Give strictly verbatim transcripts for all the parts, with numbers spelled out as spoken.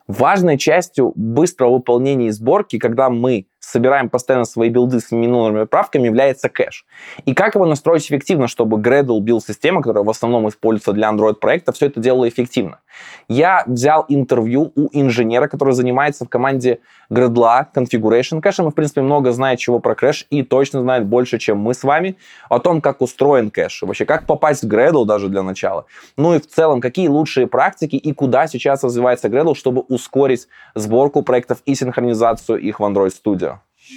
Важной частью быстрого выполнения и сборки, когда мы собираем постоянно свои билды с минулыми правками, является кэш. И как его настроить эффективно, чтобы Gradle билд-система, которая в основном используется для Android-проекта, все это делала эффективно? Я взял интервью у инженера, который занимается в команде Gradle Configuration кэшем, и, в принципе, много знает чего про кэш, и точно знает больше, чем мы с вами, о том, как устроен кэш, вообще, как попасть в Gradle даже для начала. Ну и в целом, какие лучшие практики и куда сейчас развивается Gradle, чтобы ускорить сборку проектов и синхронизацию их в Android Studio.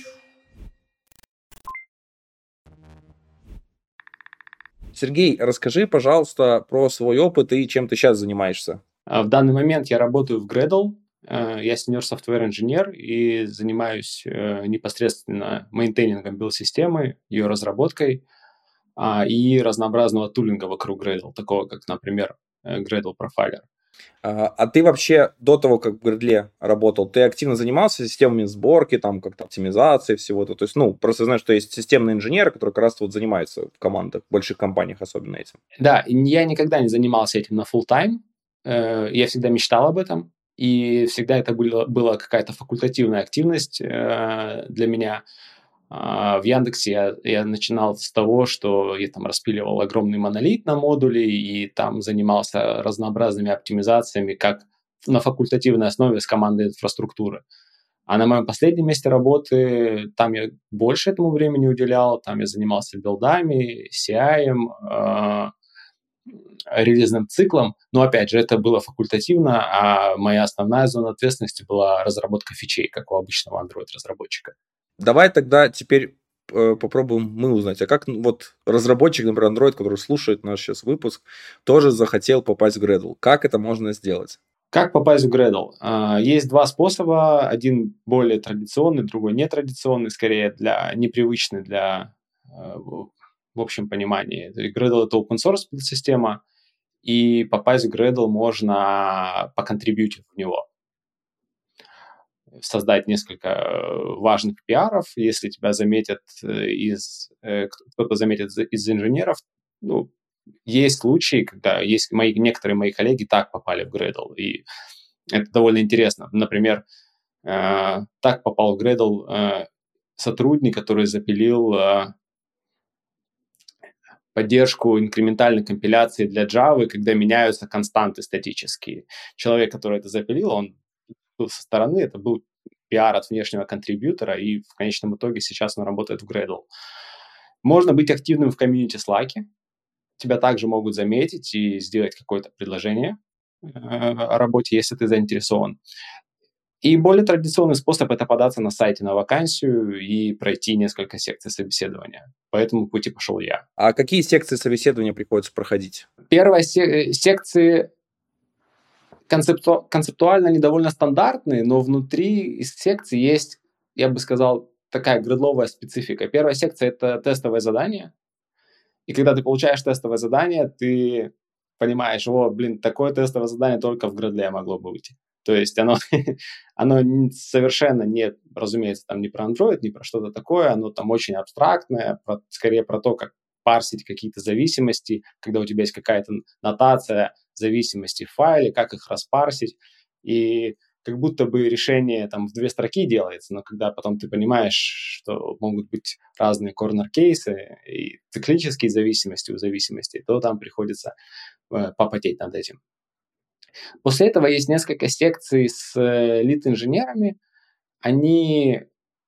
Сергей, расскажи, пожалуйста, про свой опыт и чем ты сейчас занимаешься. В данный момент я работаю в Gradle. Я senior software инженер и занимаюсь непосредственно мейнтейнингом билд-системы, ее разработкой и разнообразного тулинга вокруг Gradle, такого как, например, Gradle Profiler. А, а ты вообще до того, как в Gradle работал, ты активно занимался системами сборки, там как-то оптимизации всего этого? То есть, ну, просто знаешь, что есть системные инженеры, которые как раз вот занимаются в командах, в больших компаниях особенно этим. Да, я никогда не занимался этим на full-time. Я всегда мечтал об этом, и всегда это было, была какая-то факультативная активность для меня. В Яндексе я, я начинал с того, что я там распиливал огромный монолит на модули и там занимался разнообразными оптимизациями как на факультативной основе с командой инфраструктуры. А на моем последнем месте работы там я больше этому времени уделял, там я занимался билдами, си ай, э, релизным циклом, но опять же это было факультативно, а моя основная зона ответственности была разработка фичей, как у обычного Android-разработчика. Давай тогда теперь э, попробуем мы узнать, а как вот разработчик, например, Android, который слушает наш сейчас выпуск, тоже захотел попасть в Gradle. Как это можно сделать? Как попасть в Gradle? Uh, есть два способа. Один более традиционный, другой нетрадиционный, скорее для непривычный для, uh, в общем понимании. Gradle — это open-source система, и попасть в Gradle можно поконтрибьютив в него. Создать несколько важных пиаров, если тебя заметят из... кто-то заметит из инженеров. Ну, есть случаи, когда есть мои, некоторые мои коллеги так попали в Gradle, и это довольно интересно. Например, э, так попал в Gradle э, сотрудник, который запилил э, поддержку инкрементальной компиляции для Java, когда меняются константы статические. Человек, который это запилил, он был со стороны, это был пиар от внешнего контрибьютора, и в конечном итоге сейчас он работает в Gradle. Можно быть активным в комьюнити Slack. Тебя также могут заметить и сделать какое-то предложение э, о работе, если ты заинтересован. И более традиционный способ – это податься на сайте на вакансию и пройти несколько секций собеседования. По этому пути пошел я. А какие секции собеседования приходится проходить? Первая се- секции концепту- концептуально они довольно стандартные, но внутри из секций есть, я бы сказал, такая гредловая специфика. Первая секция – это тестовое задание. И когда ты получаешь тестовое задание, ты понимаешь, о, блин, такое тестовое задание только в Gradle могло бы быть. То есть оно, оно совершенно не, разумеется, там не про Android, не про что-то такое, оно там очень абстрактное, про, скорее про то, как парсить какие-то зависимости, когда у тебя есть какая-то нотация зависимости в файле, как их распарсить. И как будто бы решение там в две строки делается, но когда потом ты понимаешь, что могут быть разные корнер-кейсы и циклические зависимости у зависимостей, то там приходится э, попотеть над этим. После этого есть несколько секций с э, лид-инженерами. Они...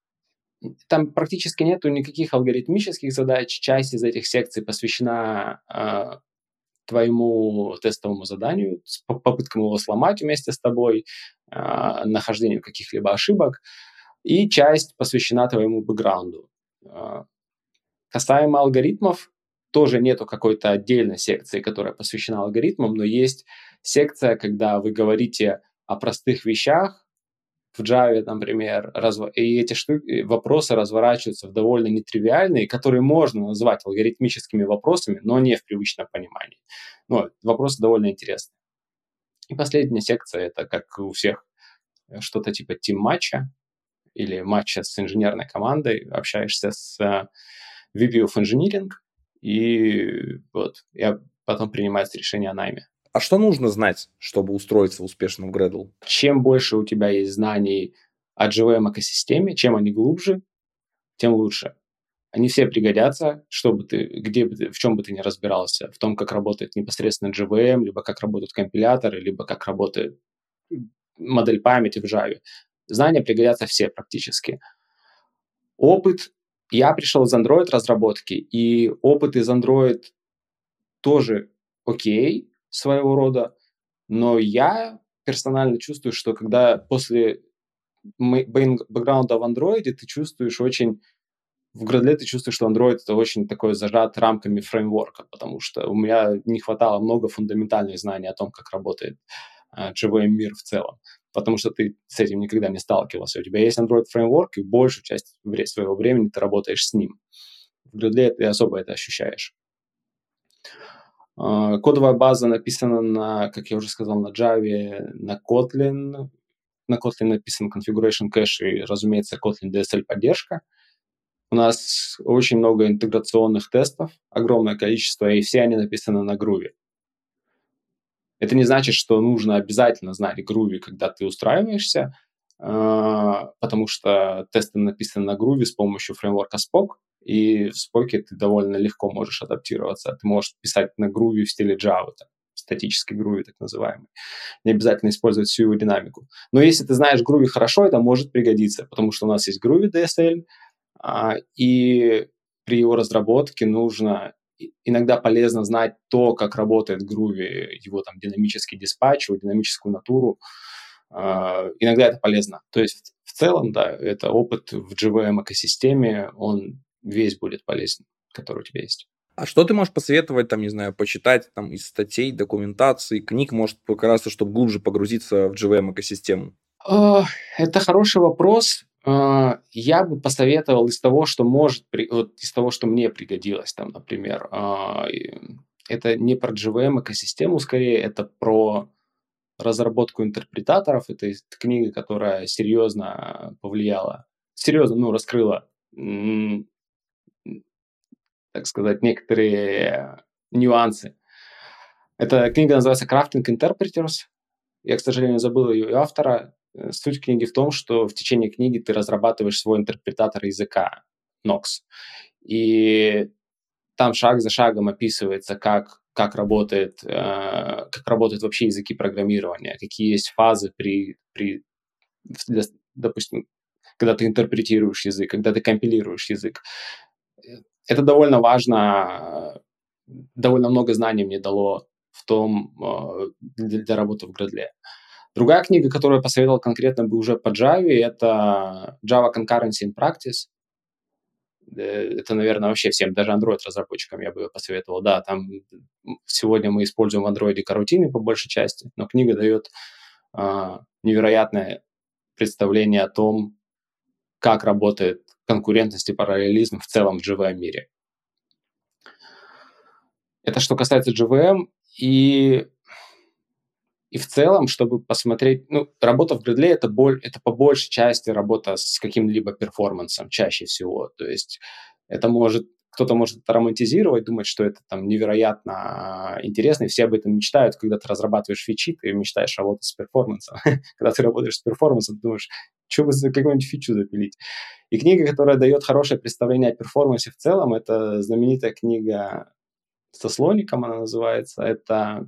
Там практически нету никаких алгоритмических задач. Часть из этих секций посвящена э, твоему тестовому заданию, с попыткам его сломать вместе с тобой, э, нахождению каких-либо ошибок. И часть посвящена твоему бэкграунду. Э, касаемо алгоритмов, тоже нету какой-то отдельной секции, которая посвящена алгоритмам, но есть секция, когда вы говорите о простых вещах, в Java, например, разв... и эти штуки, вопросы разворачиваются в довольно нетривиальные, которые можно назвать алгоритмическими вопросами, но не в привычном понимании. Но вопросы довольно интересные. И последняя секция – это, как у всех, что-то типа тим-матча или матча с инженерной командой. Общаешься с ви пи of Engineering, и вот, я потом принимается решение о найме. А что нужно знать, чтобы устроиться успешно в Gradle? Чем больше у тебя есть знаний о джей ви эм-экосистеме, чем они глубже, тем лучше. Они все пригодятся, чтобы ты, где бы ты, в чем бы ты ни разбирался, в том, как работает непосредственно джей ви эм, либо как работают компиляторы, либо как работает модель памяти в Java. Знания пригодятся все практически. Опыт. Я пришел из Android-разработки, и опыт из Android тоже окей, своего рода, но я персонально чувствую, что когда после бэкграунда в Android ты чувствуешь очень... В Gradle ты чувствуешь, что Android — это очень такой зажат рамками фреймворка, потому что у меня не хватало много фундаментальных знаний о том, как работает uh, джей ви эм-мир в целом, потому что ты с этим никогда не сталкивался. У тебя есть Android-фреймворк, и большую часть вре- своего времени ты работаешь с ним. В Gradle ты особо это ощущаешь. Uh, кодовая база написана на, как я уже сказал, на Java, на Kotlin. На Kotlin написан Configuration Cache и, разумеется, Kotlin ди эс эл-поддержка. У нас очень много интеграционных тестов, огромное количество, и все они написаны на Groovy. Это не значит, что нужно обязательно знать Groovy, когда ты устраиваешься, потому что тесты написаны на Groovy с помощью фреймворка Spock, и в Spock ты довольно легко можешь адаптироваться. Ты можешь писать на Groovy в стиле Java, статический Groovy так называемый. Не обязательно использовать всю его динамику. Но если ты знаешь Groovy хорошо, это может пригодиться, потому что у нас есть Groovy ди эс эл, и при его разработке нужно, иногда полезно знать то, как работает Groovy, его там динамический диспатч, его динамическую натуру. Иногда это полезно. То есть в целом, да, это опыт в джей ви эм-экосистеме, он весь будет полезен, который у тебя есть. А что ты можешь посоветовать, там, не знаю, почитать там из статей, документации, книг, может, как раз, чтобы глубже погрузиться в джей ви эм-экосистему? Это хороший вопрос. Я бы посоветовал из того, что может, вот из того, что мне пригодилось, там, например, это не про джей ви эм-экосистему, скорее, это про разработку интерпретаторов. Это книга, которая серьезно повлияла, серьезно, ну, раскрыла, так сказать, некоторые нюансы. Эта книга называется Crafting Interpreters. Я, к сожалению, забыл ее автора. Суть книги в том, что в течение книги ты разрабатываешь свой интерпретатор языка Nox. И там шаг за шагом описывается, как, как, работает, э, как работают вообще языки программирования, какие есть фазы при, при для, допустим, когда ты интерпретируешь язык, когда ты компилируешь язык. Это довольно важно, довольно много знаний мне дало в том, для, для работы в Gradle. Другая книга, которую я посоветовал конкретно бы уже по Java, это Java Concurrency in Practice. Это, наверное, вообще всем, даже Android-разработчикам я бы ее посоветовал. Да, там сегодня мы используем в Android карутины по большей части, но книга дает а, невероятное представление о том, как работает конкурентность и параллелизм в целом в джей ви эм-мире. Это что касается джей ви эм. И, и в целом, чтобы посмотреть... Ну, работа в Gradle — это, боль, это по большей части работа с каким-либо перформансом чаще всего. То есть это может... Кто-то может это романтизировать, думать, что это там невероятно интересно, и все об этом мечтают. Когда ты разрабатываешь фичи, ты мечтаешь работать с перформансом. Когда ты работаешь с перформансом, ты думаешь, что бы за какую-нибудь фичу запилить. И книга, которая дает хорошее представление о перформансе в целом, это знаменитая книга со слоником, она называется. Это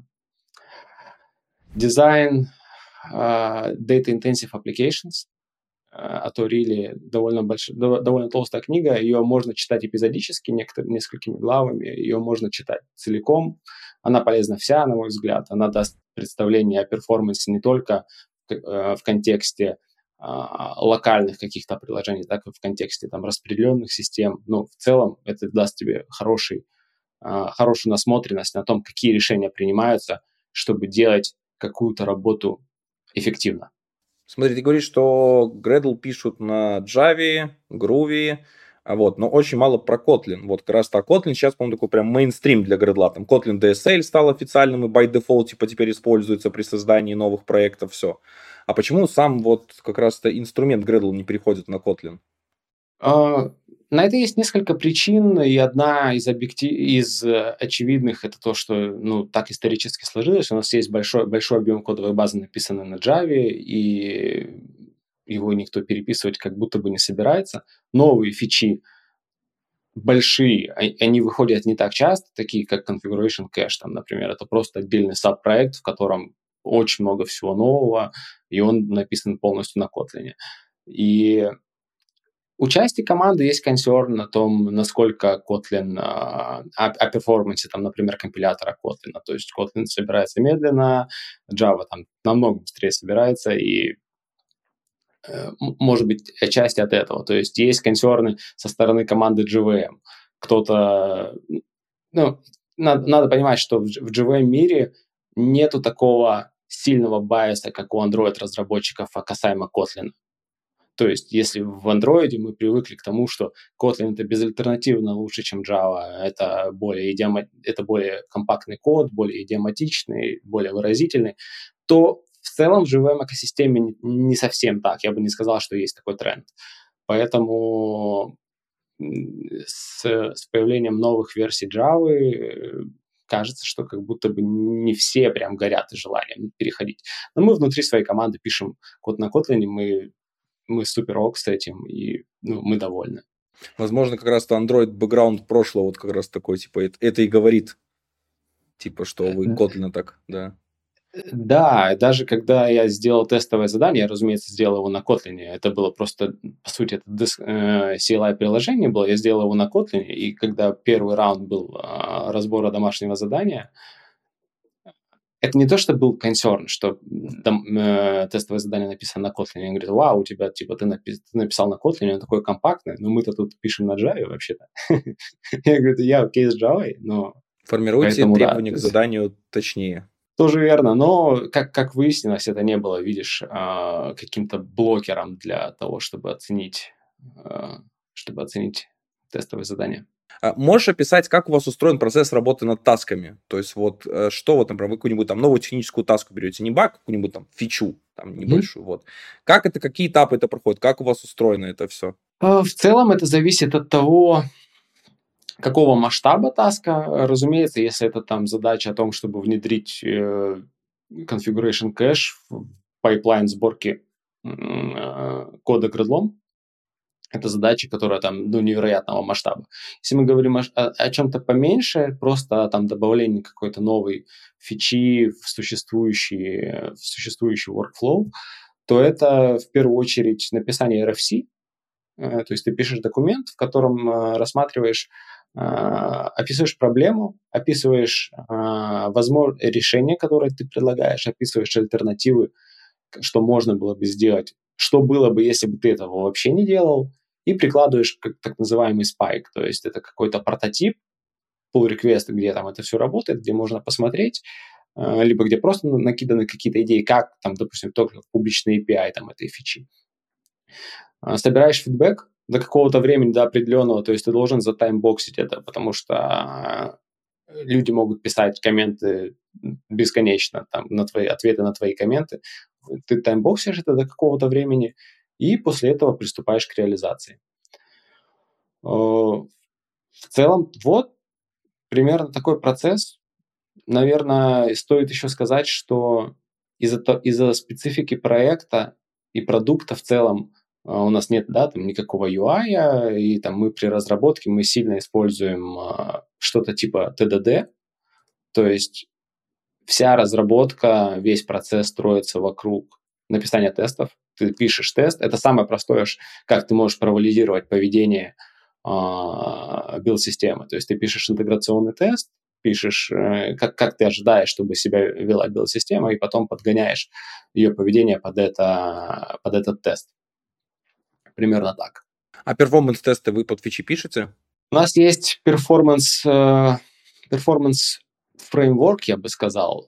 Design uh, Data Intensive Applications. От O'Reilly довольно, больш... довольно толстая книга. Ее можно читать эпизодически, некоторыми, несколькими главами. Ее можно читать целиком. Она полезна вся, на мой взгляд. Она даст представление о перформансе не только в контексте локальных каких-то приложений, так и в контексте там, распределенных систем. Но в целом это даст тебе хороший, хорошую насмотренность на том, какие решения принимаются, чтобы делать какую-то работу эффективно. Смотри, ты говоришь, что Gradle пишут на Java, Groovy, вот, но очень мало про Kotlin. Вот как раз так Kotlin сейчас, по-моему, такой прям мейнстрим для Gradle. Там Kotlin ди эс эл стал официальным и by default типа теперь используется при создании новых проектов, все. А почему сам вот как раз-то инструмент Gradle не переходит на Kotlin? Uh, На это есть несколько причин, и одна из, объектив... из очевидных это то, что ну, так исторически сложилось. У нас есть большой, большой объем кодовой базы, написанной на Java, и его никто переписывать как будто бы не собирается. Новые фичи большие, они выходят не так часто, такие как Configuration Cache, там, например. Это просто отдельный саб-проект, в котором очень много всего нового, и он написан полностью на Kotlin. И у части команды есть консерн на том, насколько Kotlin, о, о перформансе, там, например, компилятора Kotlin. То есть Kotlin собирается медленно, Java там намного быстрее собирается, и может быть часть от этого. То есть есть консерны со стороны команды джей ви эм. Кто-то... Ну, надо, надо понимать, что в, в джей ви эм-мире нету такого сильного байса, как у Android-разработчиков касаемо Kotlin. То есть, если в Android мы привыкли к тому, что Kotlin это безальтернативно лучше, чем Java, это более, идиома... это более компактный код, более идиоматичный, более выразительный, то в целом в джей ви эм-экосистеме не, не совсем так. Я бы не сказал, что есть такой тренд. Поэтому с, с появлением новых версий Java кажется, что как будто бы не все прям горят желанием переходить. Но мы внутри своей команды пишем код на Kotlin, мы мы супер ок с этим, и ну, мы довольны. Возможно, как раз-то Android бэкграунд прошлого вот как раз такой, типа, это, это и говорит, типа, что вы Kotlin так, да. Да, даже когда я сделал тестовое задание, я, разумеется, сделал его на Kotlin. Это было просто, по сути, это си эл ай-приложение было, я сделал его на Kotlin, и когда первый раунд был а, разбора домашнего задания, это не то, что был консерн, что там, э, тестовое задание написано на Kotlin. Я говорю, вау, у тебя, типа, ты, напи- ты написал на Kotlin, он такой компактный, но мы-то тут пишем на Java вообще-то. Я говорю, я окей с Java, но... Формируйте требования к заданию точнее. Тоже верно, но, как, как выяснилось, это не было, видишь, каким-то блокером для того, чтобы оценить, чтобы оценить тестовое задание. Можешь описать, как у вас устроен процесс работы над тасками? То есть вот что вот, например, вы какую-нибудь там новую техническую таску берете, не баг, какую-нибудь там фичу там небольшую, mm-hmm. вот. Как это, какие этапы это проходят, как у вас устроено это все? В целом это зависит от того, какого масштаба таска. Разумеется, если это там задача о том, чтобы внедрить э, configuration cache в пайплайн сборки э, кода Gradle, это задача, которая там, ну, невероятного масштаба. Если мы говорим о, о, о чем-то поменьше, просто там добавление какой-то новой фичи в существующий, в существующий workflow, то это в первую очередь написание эр эф си. То есть ты пишешь документ, в котором рассматриваешь, описываешь проблему, описываешь возможное решение, которое ты предлагаешь, описываешь альтернативы, что можно было бы сделать, что было бы, если бы ты этого вообще не делал, и прикладываешь как так называемый спайк, то есть это какой-то прототип, pull request, где там это все работает, где можно посмотреть, либо где просто накиданы какие-то идеи, как там, допустим, только публичный эй пи ай там этой фичи. Собираешь фидбэк до какого-то времени, до определенного, то есть ты должен затаймбоксить это, потому что люди могут писать комменты бесконечно, там, на твои ответы на твои комменты. Ты таймбоксишь это до какого-то времени, и после этого приступаешь к реализации. В целом, вот примерно такой процесс. Наверное, стоит еще сказать, что из-за, из-за специфики проекта и продукта в целом у нас нет, да, там никакого ю ай, и там мы при разработке мы сильно используем а, что-то типа ти ди ди, то есть вся разработка, весь процесс строится вокруг написания тестов. Ты пишешь тест, это самое простое, как ты можешь провалидировать поведение а, билд-системы, то есть ты пишешь интеграционный тест, пишешь, как, как ты ожидаешь, чтобы себя вела билд-система, и потом подгоняешь ее поведение под, это, под этот тест. Примерно так. А перформанс-тесты вы под фичи пишете? У нас есть перформанс, перформанс фреймворк, я бы сказал.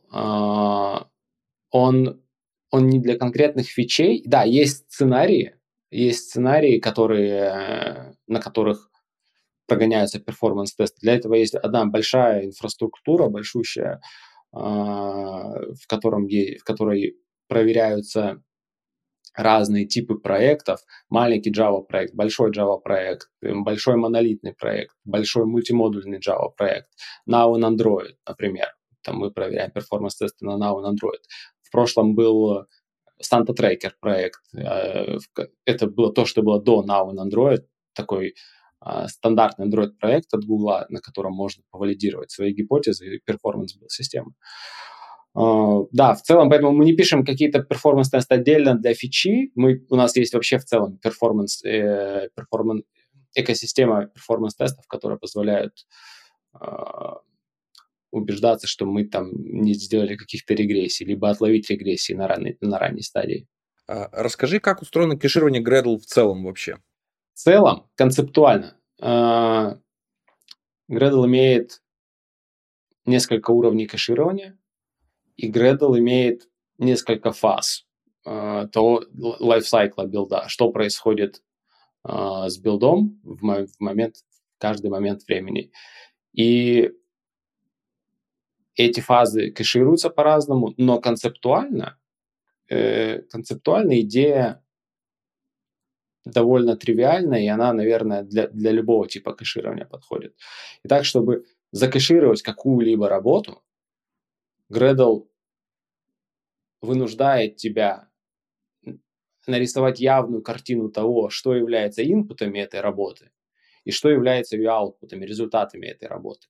Он, он не для конкретных фичей. Да, есть сценарии, есть сценарии, которые, на которых прогоняются перформанс-тесты. Для этого есть одна большая инфраструктура, большущая, в, котором, в которой проверяются разные типы проектов. Маленький Java проект, большой Java проект, большой монолитный проект, большой мультимодульный Java проект. Now on Android, например. Там мы проверяем перформанс-тесты на Now on Android. В прошлом был Santa Tracker проект. Это было то, что было до Now on Android. Такой стандартный Android-проект от Google, на котором можно повалидировать свои гипотезы и перформанс системы. Uh, да, в целом, поэтому мы не пишем какие-то перформанс-тесты отдельно для фичи. Мы, у нас есть вообще в целом перформанс, э, перформанс, экосистема перформанс-тестов, которые позволяют uh, убеждаться, что мы там не сделали каких-то регрессий, либо отловить регрессии на ранней, на ранней стадии. А, расскажи, как устроено кэширование Gradle в целом вообще? В целом, концептуально, uh, Gradle имеет несколько уровней кэширования, и Gradle имеет несколько фаз э, того лайфсайкла билда, что происходит э, с билдом в, мо- в момент, в каждый момент времени. И эти фазы кэшируются по-разному, но концептуально, э, концептуально идея довольно тривиальная, и она, наверное, для, для любого типа кэширования подходит. Итак, чтобы закэшировать какую-либо работу, Gradle вынуждает тебя нарисовать явную картину того, что является инпутами этой работы и что является ее аутпутами, результатами этой работы.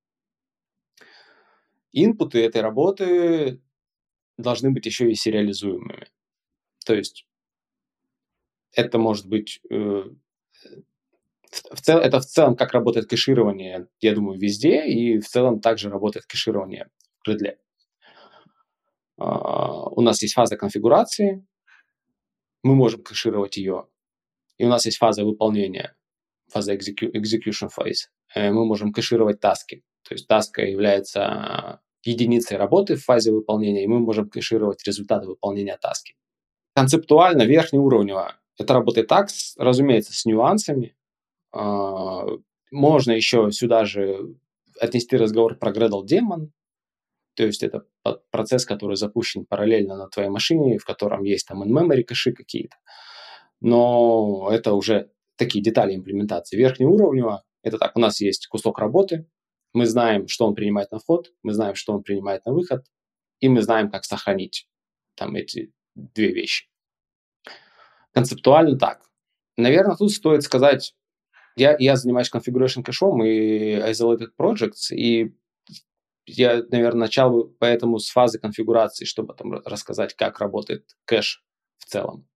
Инпуты этой работы должны быть еще и сериализуемыми. То есть это может быть... Э, в цел, это в целом как работает кэширование, я думаю, везде, и в целом также работает кэширование в Gradle. Uh, у нас есть фаза конфигурации, мы можем кэшировать ее, и у нас есть фаза выполнения, фаза execu- execution phase. Мы можем кэшировать таски. То есть таска является единицей работы в фазе выполнения, и мы можем кэшировать результаты выполнения таски. Концептуально, верхнеуровнево, это работает так, с, разумеется, с нюансами. Можно еще сюда же отнести разговор про Gradle Daemon. То есть это процесс, который запущен параллельно на твоей машине, в котором есть там in-memory кэши какие-то. Но это уже такие детали имплементации. Верхнеуровнево это так, у нас есть кусок работы, мы знаем, что он принимает на вход, мы знаем, что он принимает на выход, и мы знаем, как сохранить там эти две вещи. Концептуально так. Наверное, тут стоит сказать, я, я занимаюсь configuration кэшом и isolated projects, и я, наверное, начал бы поэтому с фазы конфигурации, чтобы там рассказать, как работает кэш в целом.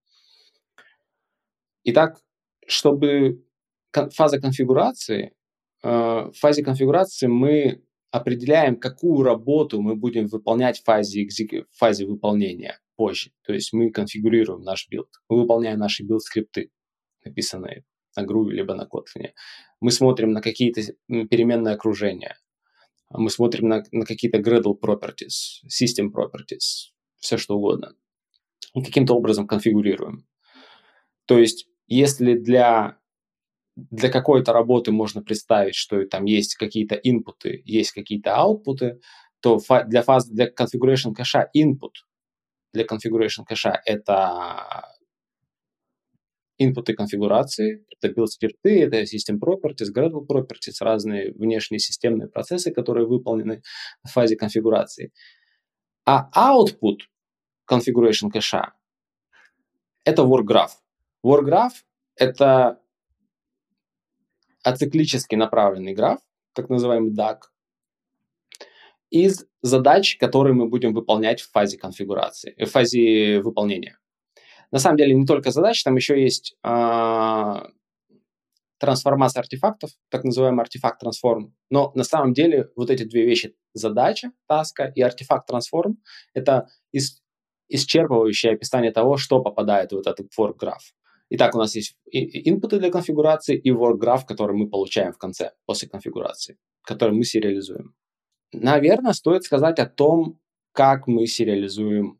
Итак, чтобы фаза конфигурации, в фазе конфигурации мы определяем, какую работу мы будем выполнять в фазе, экзеку... в фазе выполнения позже. То есть мы конфигурируем наш билд, мы выполняем наши билд-скрипты, написанные на Groovy либо на Kotlin. Мы смотрим на какие-то переменные окружения, мы смотрим на, на какие-то Gradle properties, system properties, все что угодно. И каким-то образом конфигурируем. То есть если для, для какой-то работы можно представить, что там есть какие-то инпуты, есть какие-то аутпуты, то фа- для, фаз, для configuration кэша input для configuration кэша это инпуты конфигурации, это билд-скрипты, это system properties, Gradle properties, разные внешние системные процессы, которые выполнены в фазе конфигурации. А output configuration кэша это workgraph. Workgraph это ациклически направленный граф, так называемый даг, из задач, которые мы будем выполнять в фазе конфигурации, в фазе выполнения. На самом деле не только задач, там еще есть а, трансформация артефактов, так называемый артефакт-трансформ. Но на самом деле вот эти две вещи, задача, таска и артефакт-трансформ, это ис- исчерпывающее описание того, что попадает в вот этот work-граф. Итак, у нас есть инпуты для конфигурации и work-граф, который мы получаем в конце, после конфигурации, который мы сериализуем. Наверное, стоит сказать о том, как мы сериализуем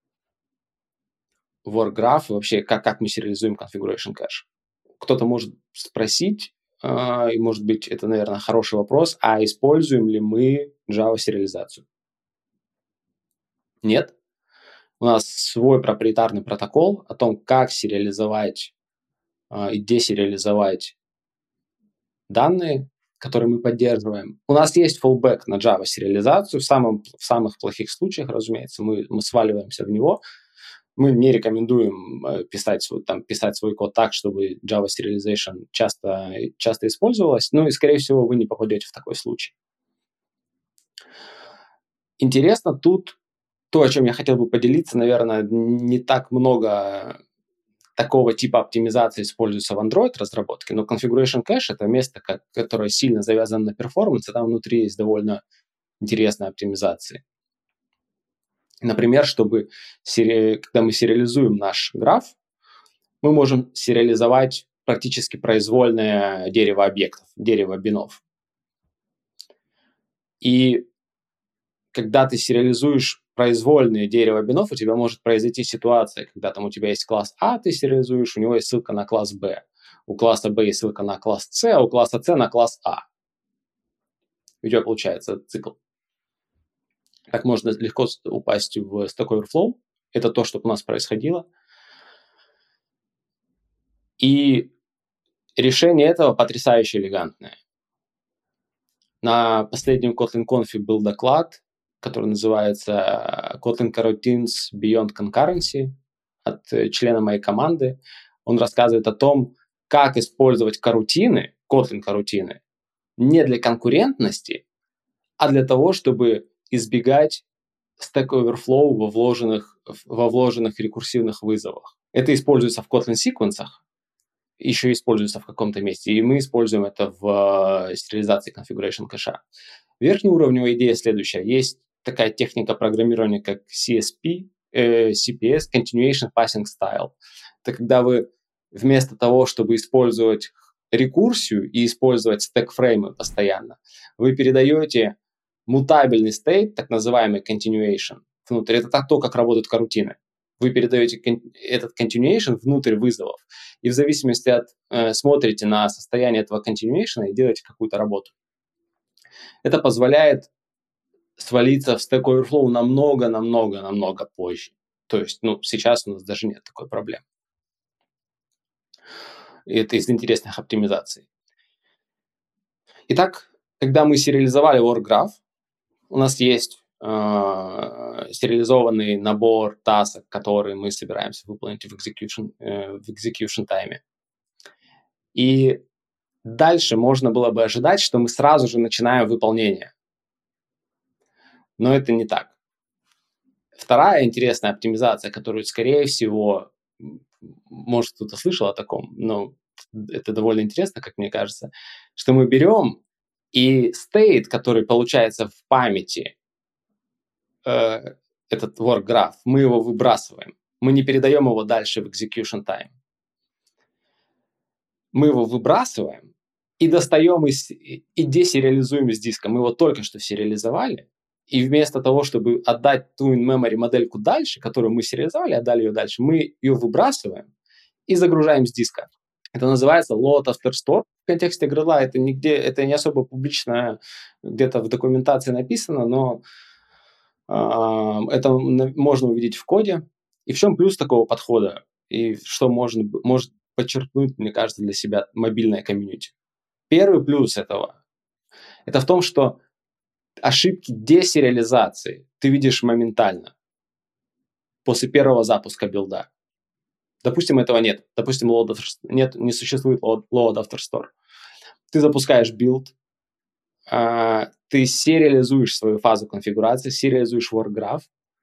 work-граф и вообще, как, как мы сериализуем configuration cache. Кто-то может спросить, э, и, может быть, это, наверное, хороший вопрос, а используем ли мы Java сериализацию? Нет. у нас свой проприетарный протокол о том, как сериализовать э, и десериализовать данные, которые мы поддерживаем. У нас есть fallback на Java сериализацию. В, самом, в самых плохих случаях, разумеется, мы, мы сваливаемся в него. Мы не рекомендуем э, писать, свой, там, писать свой код так, чтобы Java Serialization часто, часто использовалась. Ну и, скорее всего, вы не попадете в такой случай. Интересно тут то, о чем я хотел бы поделиться. Наверное, не так много такого типа оптимизации используется в Android-разработке, но Configuration Cache — это место, как, которое сильно завязано на перформанс, и там внутри есть довольно интересные оптимизации. Например, чтобы, когда мы сериализуем наш граф, мы можем сериализовать практически произвольное дерево объектов, дерево бинов. И когда ты сериализуешь произвольное дерево бинов, у тебя может произойти ситуация, когда там у тебя есть класс А, ты сериализуешь, у него есть ссылка на класс Б. У класса Б есть ссылка на класс С, а у класса С на класс А. У тебя получается цикл. Так можно легко упасть в Stack Overflow. Это то, что у нас происходило. И решение этого потрясающе элегантное. На последнем Kotlin Conf был доклад, который называется Kotlin Coroutines Beyond Concurrency от члена моей команды. Он рассказывает о том, как использовать карутины, Kotlin карутины, не для конкурентности, а для того, чтобы избегать Stack Overflow во вложенных, во вложенных рекурсивных вызовах. Это используется в Kotlin секвенсах, еще используется в каком-то месте, и мы используем это в сериализации Configuration Cache. Верхнеуровневая идея следующая. Есть такая техника программирования, как си эс пи, э, си пи эс, Continuation Passing Style. Это когда вы вместо того, чтобы использовать рекурсию и использовать стэк-фреймы постоянно, вы передаете мутабельный state, так называемый continuation, внутрь. Это так то, как работают карутины. Вы передаете кон- этот continuation внутрь вызовов. И в зависимости от... Э, смотрите на состояние этого continuation и делаете какую-то работу. Это позволяет свалиться в Stack Overflow намного-намного-намного позже. То есть, ну, сейчас у нас даже нет такой проблемы. И это из интересных оптимизаций. Итак, когда мы сериализовали WorkGraph, у нас есть э, сериализованный набор тасок, которые мы собираемся выполнить в execution, э, в execution time. И дальше можно было бы ожидать, что мы сразу же начинаем выполнение. Но это не так. Вторая интересная оптимизация, которую, скорее всего, может, кто-то слышал о таком, но это довольно интересно, как мне кажется, что мы берем и state, который получается в памяти, э, этот work-graph, мы его выбрасываем. Мы не передаем его дальше в execution time. Мы его выбрасываем и достаем из, и десериализуем из диска. Мы его только что сериализовали, и вместо того, чтобы отдать ту in-memory модельку дальше, которую мы сериализовали, отдали ее дальше, мы ее выбрасываем и загружаем с диска. Это называется load after store. В контексте Gradle это нигде, это не особо публично где-то в документации написано, но э, это можно увидеть в коде. И в чем плюс такого подхода? И что можно, может подчеркнуть, мне кажется, для себя мобильная комьюнити? Первый плюс этого – это в том, что ошибки десериализации ты видишь моментально после первого запуска билда. Допустим, этого нет. Допустим, load after, нет, не существует load, load after store. Ты запускаешь билд, э, ты сериализуешь свою фазу конфигурации, сериализуешь workgraph,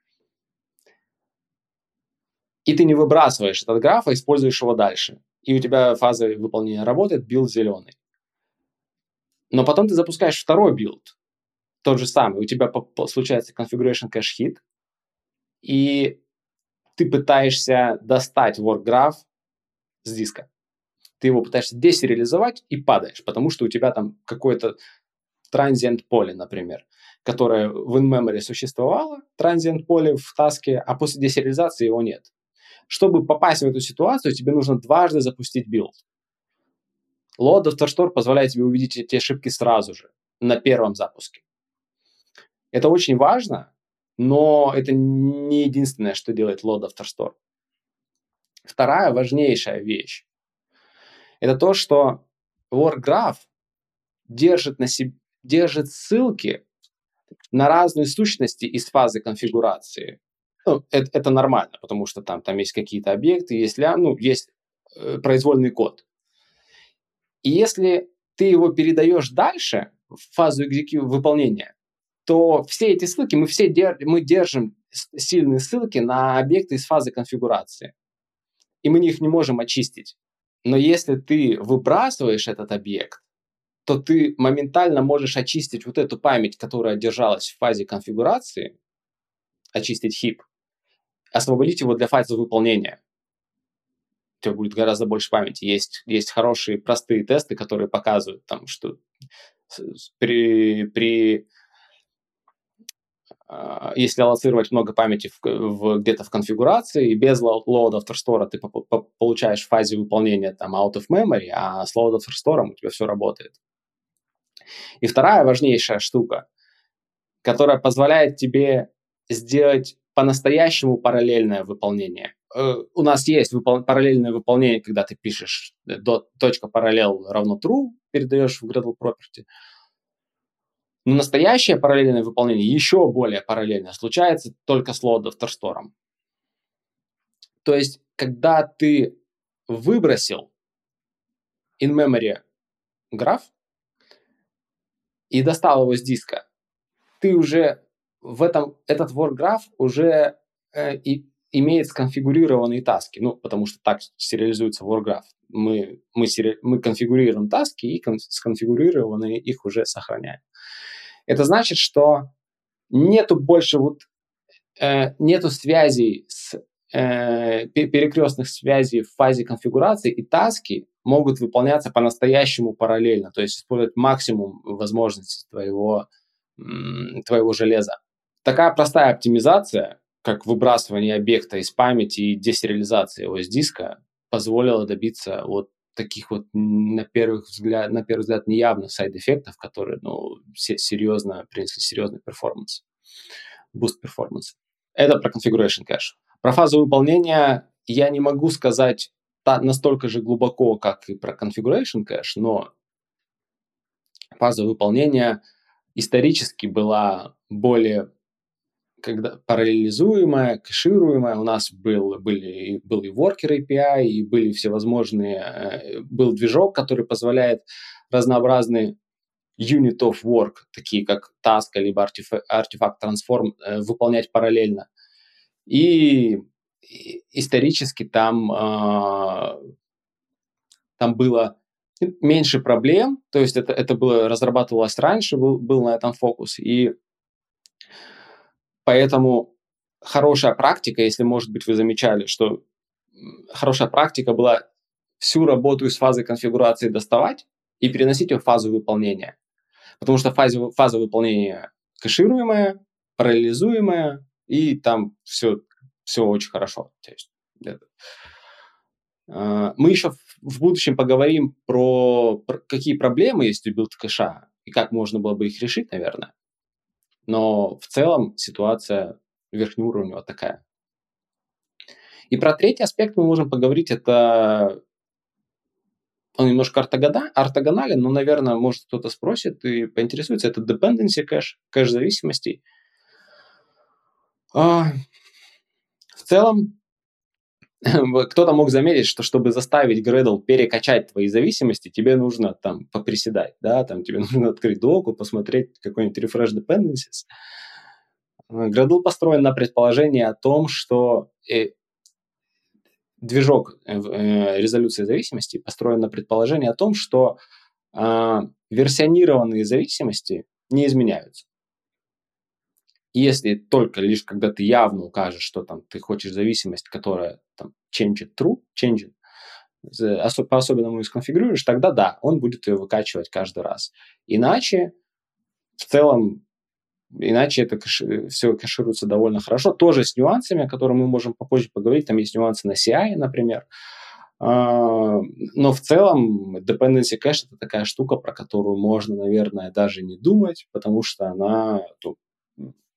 и ты не выбрасываешь этот граф, а используешь его дальше. И у тебя фаза выполнения работает, билд зеленый. Но потом ты запускаешь второй билд, тот же самый. У тебя случается configuration cache hit, и ты пытаешься достать workgraph с диска. Ты его пытаешься десериализовать и падаешь, потому что у тебя там какое-то transient поле, например, которое в in-memory существовало, transient поле в таске, а после десериализации его нет. Чтобы попасть в эту ситуацию, тебе нужно дважды запустить билд. Load after store позволяет тебе увидеть эти ошибки сразу же, на первом запуске. Это очень важно, но это не единственное, что делает load after store. Вторая важнейшая вещь – это то, что WorkGraph держит, на себе, держит ссылки на разные сущности из фазы конфигурации. Ну, это, это нормально, потому что там, там есть какие-то объекты, есть, ля, ну, есть э, произвольный код. И если ты его передаешь дальше, в фазу экзекью- выполнения, то все эти ссылки, мы все дер- мы держим сильные ссылки на объекты из фазы конфигурации. И мы их не можем очистить. Но если ты выбрасываешь этот объект, то ты моментально можешь очистить вот эту память, которая держалась в фазе конфигурации, очистить хип, освободить его для фазы выполнения. У тебя будет гораздо больше памяти. Есть, есть хорошие простые тесты, которые показывают, там, что при, при если аллоцировать много памяти в, в, где-то в конфигурации, без load after store ты по, по, получаешь в фазе выполнения там out of memory, а с load after store у тебя все работает. И вторая важнейшая штука, которая позволяет тебе сделать по-настоящему параллельное выполнение. Э, у нас есть выпол- параллельное выполнение, когда ты пишешь точка параллел равно true, передаешь в Gradle property. Но настоящее параллельное выполнение, еще более параллельное, случается только с load after store. То есть, когда ты выбросил in-memory граф и достал его с диска, ты уже в этом, этот WorkGraph уже э, и, имеет сконфигурированные таски, ну, потому что так сериализуется WorkGraph. Мы, мы, сери, мы конфигурируем таски и кон, сконфигурированные их уже сохраняем. Это значит, что нету больше вот, э, нету связей с э, перекрестных связей в фазе конфигурации, и таски могут выполняться по-настоящему параллельно, то есть использовать максимум возможностей твоего, м, твоего железа. Такая простая оптимизация, как выбрасывание объекта из памяти и десериализация его с диска, позволила добиться вот таких вот на первый взгляд, на первый взгляд неявных сайд-эффектов, которые, ну, серьезно принесли серьезный перформанс, буст перформанса. Это про configuration cache. Про фазу выполнения я не могу сказать настолько же глубоко, как и про configuration cache, но фаза выполнения исторически была более когда параллелизуемая, кэшируемая. У нас был, были, был и Worker эй пи ай, и были всевозможные... Был движок, который позволяет разнообразные unit of work, такие как task либо artifact transform, выполнять параллельно. И исторически там, там было меньше проблем, то есть это, это было, разрабатывалось раньше, был, был на этом фокус, и поэтому хорошая практика, если, может быть, вы замечали, что хорошая практика была всю работу из фазы конфигурации доставать и переносить ее в фазу выполнения. Потому что фаза, фаза выполнения кэшируемая, параллелизуемая, и там все, все очень хорошо. То есть, это. Мы еще в будущем поговорим про, про какие проблемы есть у билд-кэша и как можно было бы их решить, наверное. Но в целом ситуация верхнеуровневая такая. И про третий аспект мы можем поговорить. Это он немножко ортогонален, но, наверное, может кто-то спросит и поинтересуется. Это dependency кэш, кэш зависимостей. В целом, кто-то мог заметить, что чтобы заставить Gradle перекачать твои зависимости, тебе нужно там поприседать, да, там тебе нужно открыть доку, посмотреть какой-нибудь refresh dependencies. Gradle построен на предположении о том, что э, движок э, резолюции зависимости построен на предположении о том, что э, версионированные зависимости не изменяются. Если только лишь когда ты явно укажешь, что там ты хочешь зависимость, которая там change true, change по-особенному сконфигурируешь, тогда да, он будет ее выкачивать каждый раз. Иначе, в целом, иначе это кэши, все кэшируется довольно хорошо. Тоже с нюансами, о которых мы можем попозже поговорить. Там есть нюансы на си ай, например. Но в целом dependency cache — это такая штука, про которую можно, наверное, даже не думать, потому что она...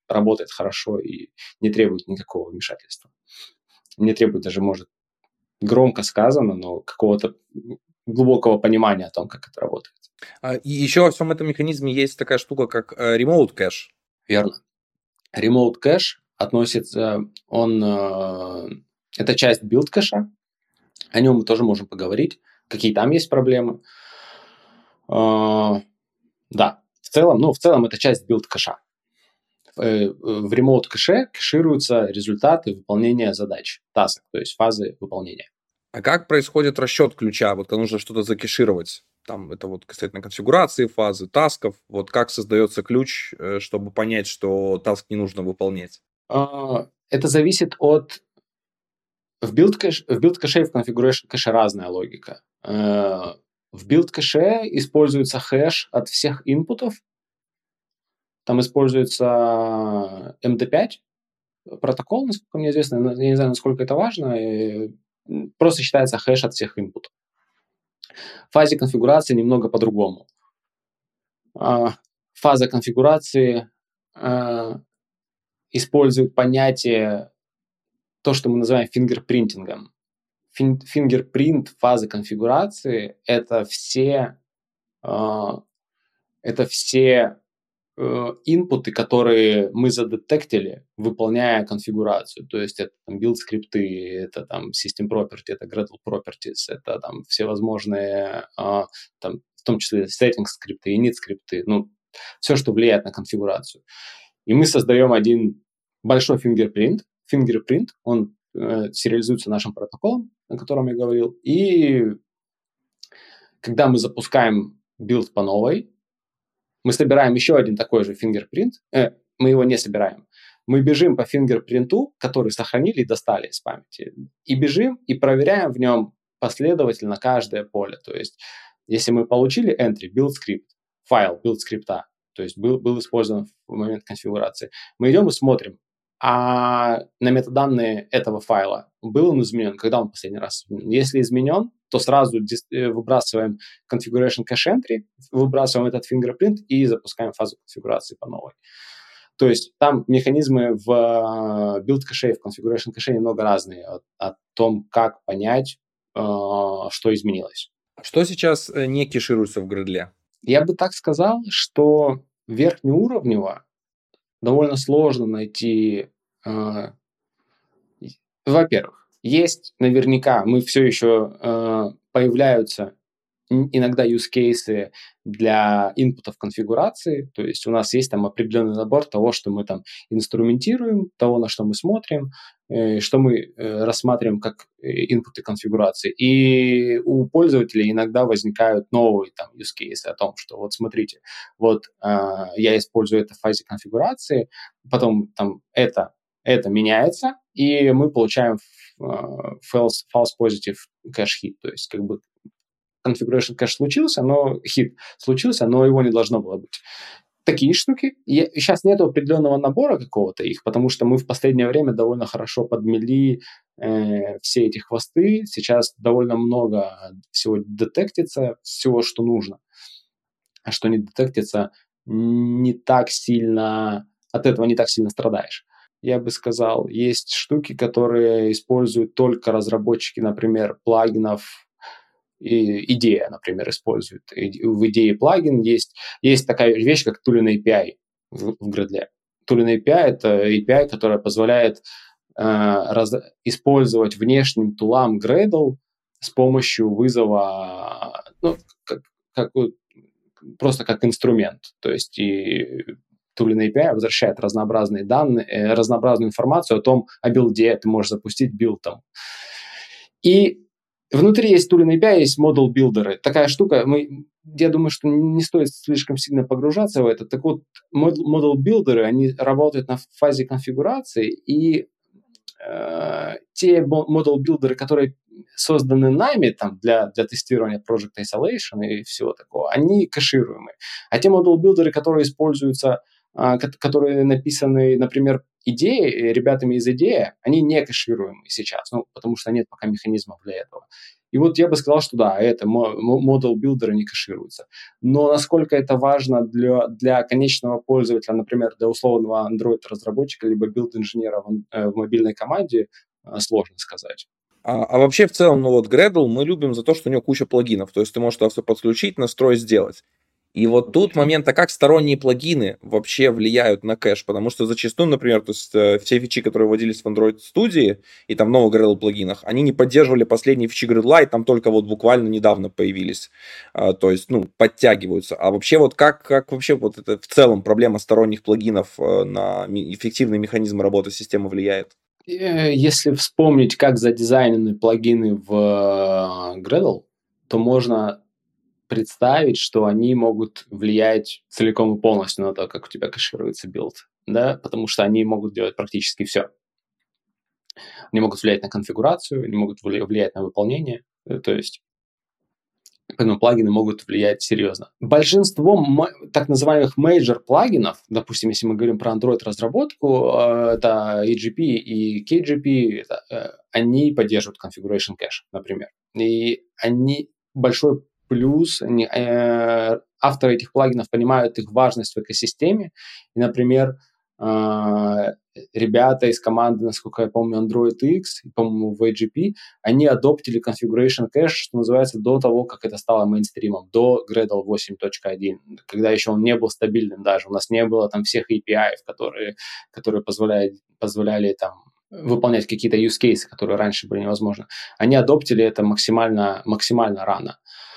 работает хорошо и не требует никакого вмешательства. Не требует даже, может, громко сказано, но какого-то глубокого понимания о том, как это работает. И еще во всем этом механизме есть такая штука, как remote кэш. Верно. Remote кэш относится, он, это часть build кэша, о нем мы тоже можем поговорить, какие там есть проблемы. Да, в целом, ну, в целом это часть build кэша. В remote кэше кэшируются результаты выполнения задач, тасок, то есть фазы выполнения. А как происходит расчет ключа? Вот когда нужно что-то закэшировать. Там это вот касательно конфигурации фазы, тасков. Вот как создается ключ, чтобы понять, что таск не нужно выполнять? Это зависит от... В build кэше, в build кэше и в configuration кэше разная логика. В build кэше используется хэш от всех инпутов. Там используется эм ди пять протокол, насколько мне известно. Я не знаю, насколько это важно. Просто считается хэш от всех инпутов. В фазе конфигурации немного по-другому. Фаза конфигурации использует понятие, то, что мы называем фингерпринтингом. Фингерпринт фазы конфигурации – это все, это все инпуты, которые мы задетектили, выполняя конфигурацию. То есть это там билд-скрипты, это там system property, это Gradle properties, это там всевозможные, там, в том числе settings-скрипты, init-скрипты, ну, все, что влияет на конфигурацию. И мы создаем один большой фингерпринт. Фингерпринт, он э, сериализуется нашим протоколом, о котором я говорил. И когда мы запускаем билд по новой, мы собираем еще один такой же фингерпринт. Э, мы его не собираем. Мы бежим по фингерпринту, который сохранили и достали из памяти. И бежим, и проверяем в нем последовательно каждое поле. То есть, если мы получили entry, build script, файл build скрипта, то есть был, был использован в момент конфигурации, мы идем и смотрим, а на метаданные этого файла был он изменен, когда он последний раз изменен. Если изменен, то сразу выбрасываем configuration cache entry, выбрасываем этот fingerprint и запускаем фазу конфигурации по новой. То есть там механизмы в build кэше и в configuration кэше немного разные о, о том, как понять, э, что изменилось. Что сейчас не кэшируется в Gradle? Я бы так сказал, что верхнеуровнево довольно сложно найти. Э, во-первых, есть наверняка, мы все еще э, появляются иногда use cases для инпутов конфигурации, то есть у нас есть там определенный набор того, что мы там инструментируем, того, на что мы смотрим, э, что мы э, рассматриваем как инпуты конфигурации. И у пользователей иногда возникают новые там use cases о том, что вот смотрите, вот э, я использую это в фазе конфигурации, потом там это, это меняется, и мы получаем э, false, false positive cache hit, то есть как бы configuration кэш случился, но хит случился, но его не должно было быть. Такие штуки. И сейчас нет определенного набора какого-то их, потому что мы в последнее время довольно хорошо подмели э, все эти хвосты. Сейчас довольно много всего детектится, всего, что нужно. А что не детектится, не так сильно, от этого не так сильно страдаешь. Я бы сказал, есть штуки, которые используют только разработчики, например, плагинов. И идея, например, использует. И в идее плагин есть, есть такая вещь, как Tooling эй пи ай в, в Gradle. Tooling эй пи ай – это эй пи ай, которая позволяет э, раз, использовать внешним тулам Gradle с помощью вызова, ну, как, как, просто как инструмент. То есть и Tooling эй пи ай возвращает разнообразные данные, э, разнообразную информацию о том, о билде. Ты можешь запустить билд там. И внутри есть Tooling эй пи ай, есть модул-билдеры. Такая штука, мы, я думаю, что не стоит слишком сильно погружаться в это. Так вот, модул-билдеры, они работают на фазе конфигурации, и э, те модул-билдеры, которые созданы нами там, для, для тестирования Project Isolation и всего такого, они кэшируемы. А те модул-билдеры, которые используются, э, которые написаны, например, идеи, ребятами из идеи, они не кэшируемы сейчас, ну, потому что нет пока механизмов для этого. И вот я бы сказал, что да, это model builder не кэшируется. Но насколько это важно для, для конечного пользователя, например, для условного Android-разработчика либо билд-инженера в, в мобильной команде, сложно сказать. А, а вообще в целом, ну вот Gradle мы любим за то, что у него куча плагинов. То есть ты можешь туда все подключить, настроить, сделать. И вот тут момент, а как сторонние плагины вообще влияют на кэш? Потому что зачастую, например, то есть, э, все фичи, которые вводились в Android студии и там в новых Gradle плагинах, они не поддерживали последние фичи Gradle, и там только вот буквально недавно появились. А, то есть, ну, подтягиваются. А вообще вот как, как вообще вот это в целом проблема сторонних плагинов э, на ми- эффективный механизм работы системы влияет? Если вспомнить, как задизайнены плагины в э, Gradle, то можно представить, что они могут влиять целиком и полностью на то, как у тебя кэшируется билд, да, потому что они могут делать практически все. Они могут влиять на конфигурацию, они могут влиять на выполнение, то есть поэтому плагины могут влиять серьезно. Большинство м- так называемых major плагинов, допустим, если мы говорим про Android-разработку, э, это и джи пи и кей джи пи, это, э, они поддерживают configuration cache, например. И они большой плюс, они, э, авторы этих плагинов понимают их важность в экосистеме. И, например, э, ребята из команды, насколько я помню, Android X, по-моему, в эй джи пи, они адоптили configuration cache, что называется, до того, как это стало мейнстримом, до Gradle восемь точка один, когда еще он не был стабильным даже. У нас не было там всех эй пи ай, которые, которые позволяли, позволяли там выполнять какие-то use cases, которые раньше были невозможны. Они адоптили это максимально, максимально рано.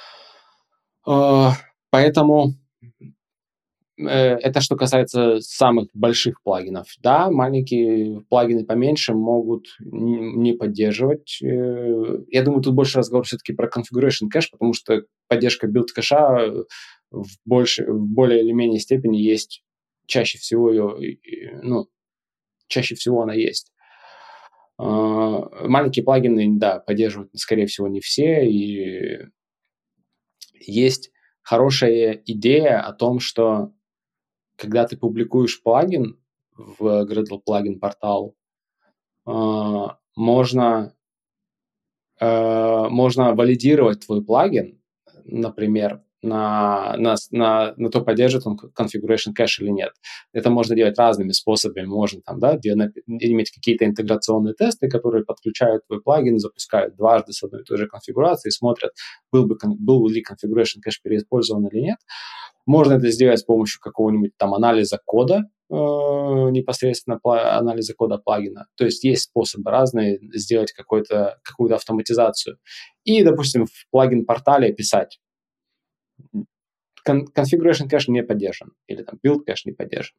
Поэтому это что касается самых больших плагинов. Да, маленькие плагины поменьше могут не поддерживать. Я думаю, тут больше разговор все-таки про configuration cache, потому что поддержка билд-кэша в, больше, в более или менее степени есть чаще всего ее, ну, чаще всего она есть. Маленькие плагины, да, поддерживают, скорее всего, не все, и есть хорошая идея о том, что когда ты публикуешь плагин в Gradle плагин портал, можно, можно валидировать твой плагин, например, на, на, на, на то, поддержит он configuration cache или нет. Это можно делать разными способами. Можно там, да, иметь какие-то интеграционные тесты, которые подключают твой плагин, запускают дважды с одной и той же конфигурацией, смотрят, был, бы, был ли configuration cache переиспользован или нет. Можно это сделать с помощью какого-нибудь там анализа кода, э, непосредственно пла- анализа кода плагина. То есть есть способы разные сделать какую-то автоматизацию. И, допустим, в плагин-портале писать configuration cache не поддержан или там build cache не поддержан.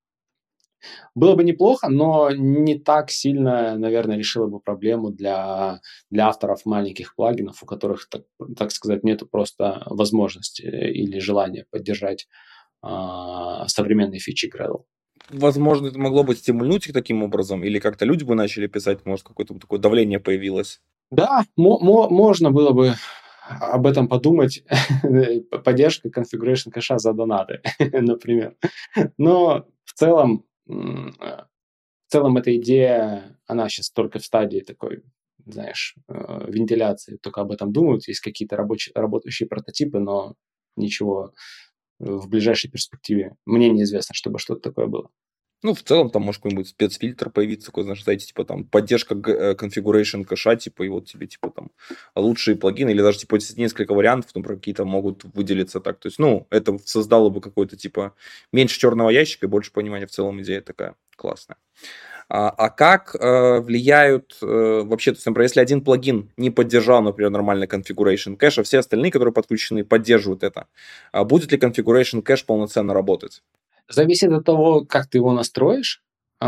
Было бы неплохо, но не так сильно, наверное, решило бы проблему для, для авторов маленьких плагинов, у которых, так, так сказать, нету просто возможности или желания поддержать а, современные фичи Gradle. Возможно, это могло бы стимульнуть их таким образом, или как-то люди бы начали писать, может, какое-то такое давление появилось. Да, мо- мо- можно было бы об этом подумать. Поддержка configuration кэша за донаты, например. Но в целом, в целом эта идея, она сейчас только в стадии такой, знаешь, вентиляции. Только об этом думают. Есть какие-то рабочие, работающие прототипы, но ничего в ближайшей перспективе мне неизвестно, чтобы что-то такое было. Ну, в целом, там может какой-нибудь спецфильтр появиться, такой, знаешь, знаете, типа там поддержка configuration кэша, типа, и вот тебе, типа, там, лучшие плагины, или даже, типа, несколько вариантов, например, какие-то могут выделиться так. То есть, ну, это создало бы какой-то, типа, меньше черного ящика и больше понимания. В целом идея такая классная. А, а как э, влияют э, вообще, то есть, например, если один плагин не поддержал, например, нормальный configuration кэш, а все остальные, которые подключены, поддерживают это, а будет ли configuration кэш полноценно работать? Зависит от того, как ты его настроишь.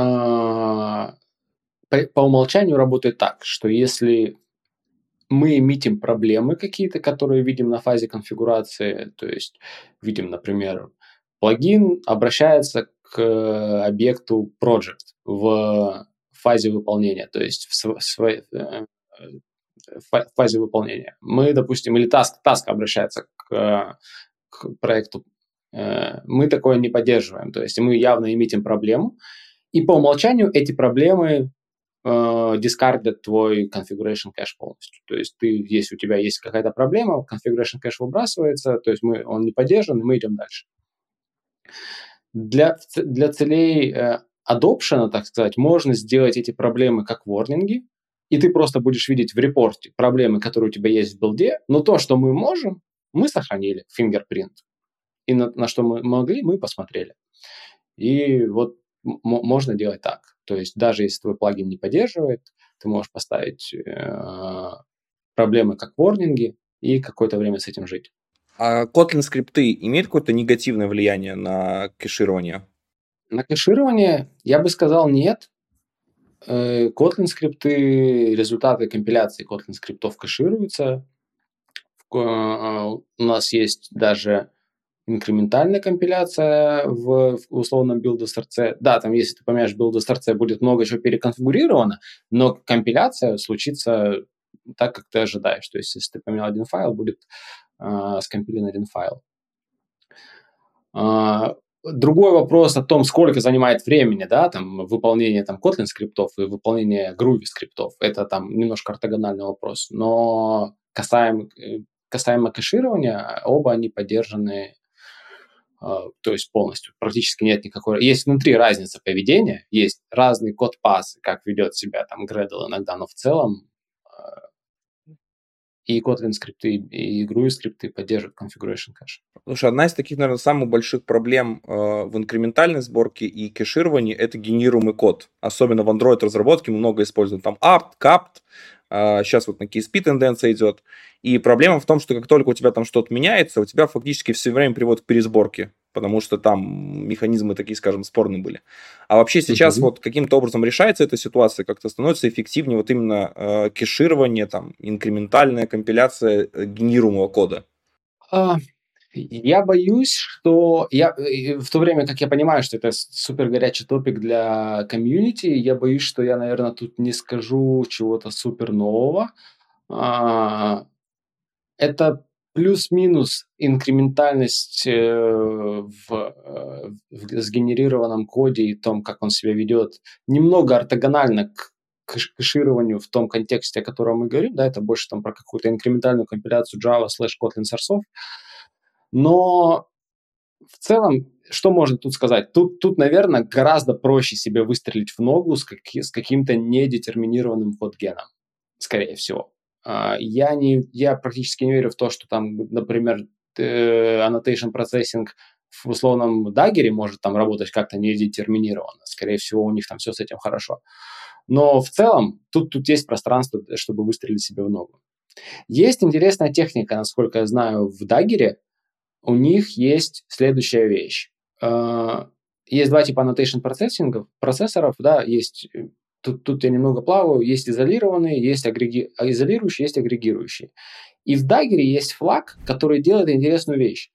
По, по умолчанию работает так, что если мы имеем проблемы какие-то, которые видим на фазе конфигурации, то есть видим, например, плагин обращается к объекту project в фазе выполнения, то есть в своей в фазе выполнения. Мы, допустим, или task, task обращается к, к проекту, мы такое не поддерживаем. То есть мы явно имеем проблему, И по умолчанию эти проблемы э, дискардят твой configuration кэш полностью. То есть ты, если у тебя есть какая-то проблема, configuration кэш выбрасывается, то есть мы, он не поддержан, и мы идем дальше. Для, для целей э, adoption, так сказать, можно сделать эти проблемы как ворнинги, и ты просто будешь видеть в репорте проблемы, которые у тебя есть в билде, но то, что мы можем, мы сохранили fingerprint. И на, на что мы могли, мы посмотрели. И вот м- можно делать так. То есть даже если твой плагин не поддерживает, ты можешь поставить э, проблемы как ворнинги и какое-то время с этим жить. А Kotlin скрипты имеют какое-то негативное влияние на кэширование? На кэширование я бы сказал нет. Э, Kotlin скрипты, результаты компиляции Kotlin скриптов кэшируются. В- э, У нас есть даже инкрементальная компиляция в, в условном build.src. Да, там, если ты поменяешь build.src, будет много чего переконфигурировано, но компиляция случится так, как ты ожидаешь. То есть, если ты поменял один файл, будет э, скомпилирован один файл. А, Другой вопрос о том, сколько занимает времени, да, там, выполнение там, Kotlin скриптов и выполнение Groovy скриптов. Это там немножко ортогональный вопрос. Но касаемо, касаемо кэширования, оба они поддержаны, Uh, то есть полностью. Практически нет никакой... Есть внутри разница поведения, есть разный код пасы, как ведет себя там Gradle иногда, но в целом uh, и Kotlin скрипты, и Groovy скрипты поддерживают configuration кэш. Слушай, одна из таких, наверное, самых больших проблем э, в инкрементальной сборке и кэшировании — это генерируемый код. Особенно в Android-разработке мы много используем там apt, capt, э, сейчас вот на кей эс пи тенденция идет. И проблема в том, что как только у тебя там что-то меняется, у тебя фактически все время приводит к пересборке, потому что там механизмы такие, скажем, спорные были. А вообще сейчас mm-hmm. вот каким-то образом решается эта ситуация, как-то становится эффективнее вот именно э, кэширование, там, инкрементальная компиляция э, генерируемого кода? Uh... Я боюсь, что я, в то время, как я понимаю, что это супер горячий топик для комьюнити, я боюсь, что я, наверное, тут не скажу чего-то супер нового. Это плюс-минус инкрементальность в, в сгенерированном коде и том, как он себя ведет, немного ортогонально к кэшированию в том контексте, о котором мы говорим. Да, это больше там про какую-то инкрементальную компиляцию Java slash Kotlin сорсов. Но в целом, что можно тут сказать? Тут, тут, наверное, гораздо проще себе выстрелить в ногу с, каки, с каким-то недетерминированным код-геном, скорее всего. Я, не, я практически не верю в то, что там, например, annotation processing в условном Dagger может там работать как-то недетерминированно. Скорее всего, у них там все с этим хорошо. Но в целом тут, тут есть пространство, чтобы выстрелить себе в ногу. Есть интересная техника, насколько я знаю, в Dagger. У них есть следующая вещь. Есть два типа annotation процессингов, процессоров, да, есть, тут, тут я немного плаваю, есть изолированные, есть агреги, изолирующие, есть агрегирующие. И в Dagger есть флаг, который делает интересную вещь.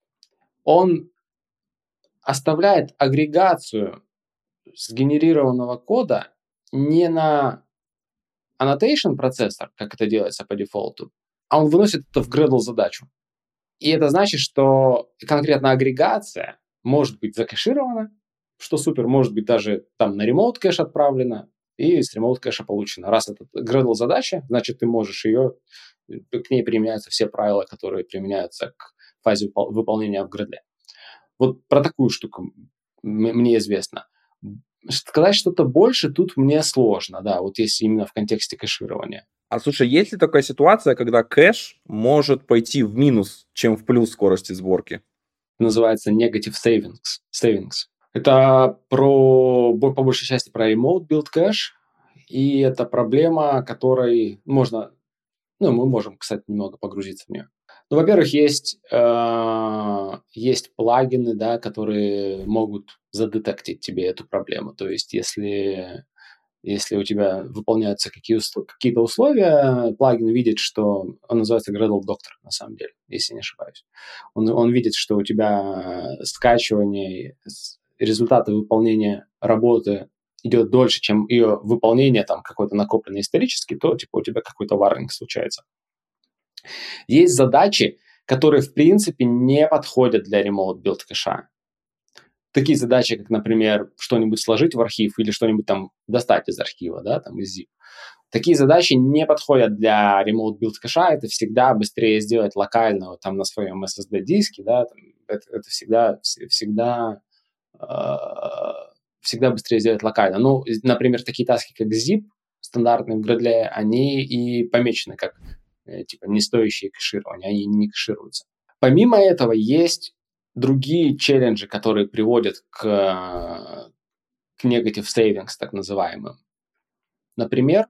Он оставляет агрегацию сгенерированного кода не на annotation процессор, как это делается по дефолту, а он выносит это в Gradle задачу. И это значит, что конкретно агрегация может быть закэширована, что супер, может быть даже там на remote кэш отправлена, и с remote кэша получено. Раз это Gradle задача, значит ты можешь ее, к ней применяются все правила, которые применяются к фазе выполнения в Gradle. Вот про такую штуку мне известно. Сказать что-то больше тут мне сложно, да, вот если именно в контексте кэширования. А слушай, есть ли такая ситуация, когда кэш может пойти в минус, чем в плюс скорости сборки? Называется negative savings. savings. Это про, по большей части про remote build cache, и это проблема, которой можно, ну, мы можем, кстати, немного погрузиться в нее. Ну, во-первых, есть, э, есть плагины, да, которые могут задетектить тебе эту проблему. То есть, если... Если у тебя выполняются какие услов... какие-то условия, плагин видит, что... Он называется Gradle Doctor, на самом деле, если не ошибаюсь. Он, он видит, что у тебя скачивание, результаты выполнения работы идет дольше, чем ее выполнение там какой-то накопленный исторически, то типа у тебя какой-то варнинг случается. Есть задачи, которые в принципе не подходят для remote build кэша. такие задачи, как, например, что-нибудь сложить в архив или что-нибудь там достать из архива, да, там из zip. Такие задачи не подходят для remote build кэша, это всегда быстрее сделать локально вот, там на своем эс эс ди-диске, да, там, это, это всегда, всегда, э, всегда быстрее сделать локально. Ну, например, такие таски, как zip, стандартные в Gradle, они и помечены как э, типа не стоящие кэширования, они не кэшируются. Помимо этого, есть другие челленджи, которые приводят к, к negative savings, так называемым. Например,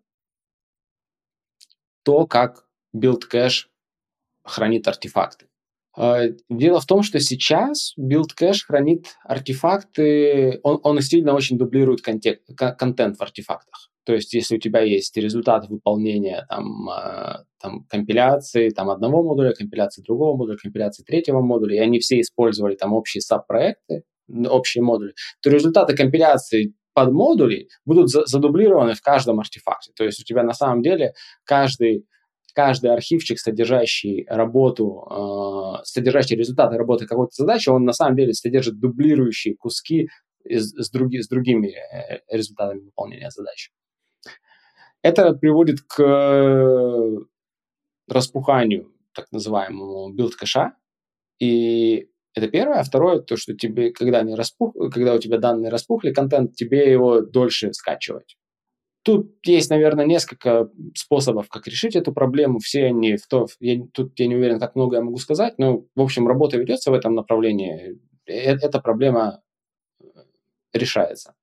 то, как build cache хранит артефакты. Дело в том, что сейчас build cache хранит артефакты, он, он сильно очень дублирует контент, контент в артефактах. То есть, если у тебя есть результат выполнения там, там, компиляции там, одного модуля, компиляции другого модуля, компиляции третьего модуля, и они все использовали там общие саб-проекты, общие модули, то результаты компиляции под модулей будут задублированы в каждом артефакте. То есть, у тебя на самом деле каждый Каждый архивчик, содержащий работу, э, содержащий результаты работы какой-то задачи, он на самом деле содержит дублирующие куски из, с, други, с другими э, результатами выполнения задач. Это приводит к э, распуханию так называемому билд-кэша. И это первое. А второе, то, что тебе, когда, они распух, когда у тебя данные распухли, контент, тебе его дольше скачивать. Тут есть, наверное, несколько способов, как решить эту проблему. Все они в то... Я, тут я не уверен, как много я могу сказать, но, в общем, работа ведется в этом направлении. Э, эта проблема решается.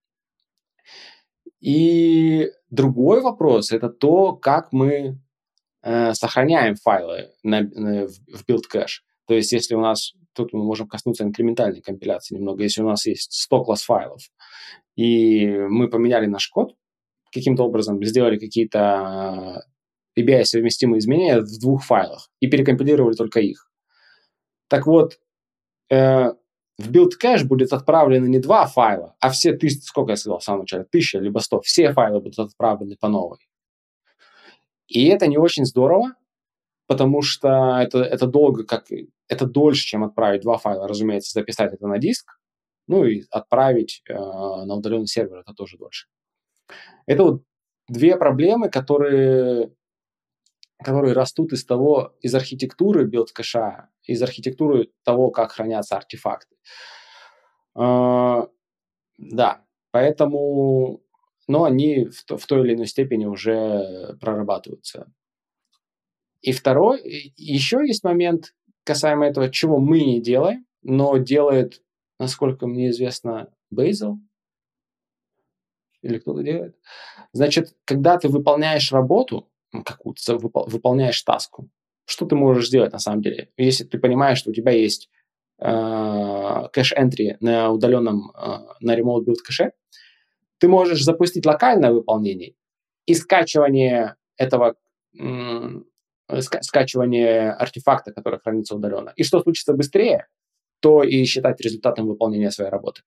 И другой вопрос – это то, как мы э, сохраняем файлы на, на, в, в build cache. То есть, если у нас... Тут мы можем коснуться инкрементальной компиляции немного. Если у нас есть сто класс файлов, и мы поменяли наш код, каким-то образом сделали какие-то эй пи ай-совместимые изменения в двух файлах и перекомпилировали только их. Так вот, э, в build cache будет отправлены не два файла, а все тысячи, сколько я сказал в самом начале, тысяча либо сто, все файлы будут отправлены по новой. И это не очень здорово, потому что это, это долго, как, это дольше, чем отправить два файла, разумеется, записать это на диск, ну и отправить э, на удаленный сервер, это тоже дольше. Это вот две проблемы, которые, которые растут из того, из архитектуры билд-кэша, из архитектуры того, как хранятся артефакты. Uh, да, поэтому, но они в, в той или иной степени уже прорабатываются. И второй, еще есть момент касаемо этого, чего мы не делаем, но делает, насколько мне известно, Bazel, или кто-то делает. Значит, когда ты выполняешь работу, какую-то, выполняешь таску, что ты можешь сделать на самом деле? Если ты понимаешь, что у тебя есть э, кэш-энтри на удаленном, э, на remote build кэше, ты можешь запустить локальное выполнение и скачивание этого, м, ска- скачивание артефакта, который хранится удаленно. И что случится быстрее, то и считать результатом выполнения своей работы.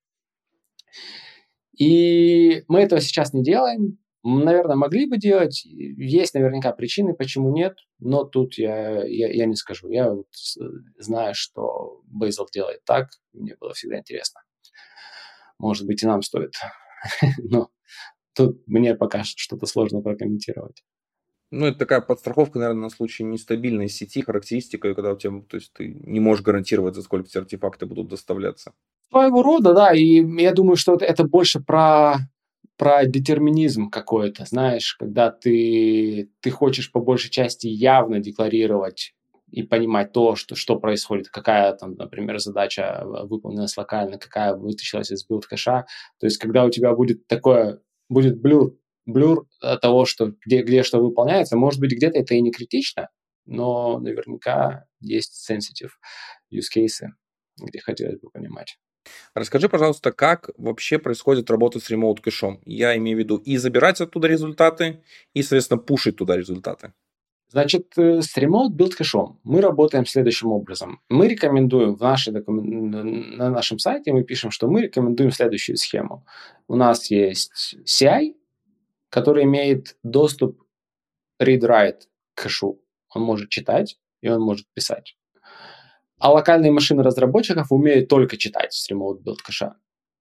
И мы этого сейчас не делаем. Наверное, могли бы делать. Есть наверняка причины, почему нет, но тут я, я, я не скажу. Я вот знаю, что Bazel делает так. Мне было всегда интересно. Может быть, и нам стоит. Но тут мне пока что-то сложно прокомментировать. Ну, это такая подстраховка, наверное, на случай нестабильной сети, характеристика, когда у тебя, то есть ты не можешь гарантировать, за сколько эти артефакты будут доставляться. Своего рода, да, и я думаю, что это, это больше про, про детерминизм какой-то, знаешь, когда ты, ты хочешь по большей части явно декларировать и понимать то, что, что происходит, какая там, например, задача выполнилась локально, какая вытащилась из билд-кэша. То есть, когда у тебя будет такое, будет блюр, блюр того, что, где, где что выполняется, может быть, где-то это и не критично, но наверняка есть sensitive use cases, где хотелось бы понимать. Расскажи, пожалуйста, как вообще происходит работа с remote кэшом? Я имею в виду и забирать оттуда результаты, и, соответственно, пушить туда результаты. Значит, с remote build кэшом мы работаем следующим образом. Мы рекомендуем в нашей докумен... на нашем сайте, мы пишем, что мы рекомендуем следующую схему. У нас есть си ай, который имеет доступ read-write к кэшу. Он может читать, и он может писать. А локальные машины разработчиков умеют только читать с remote build кэша.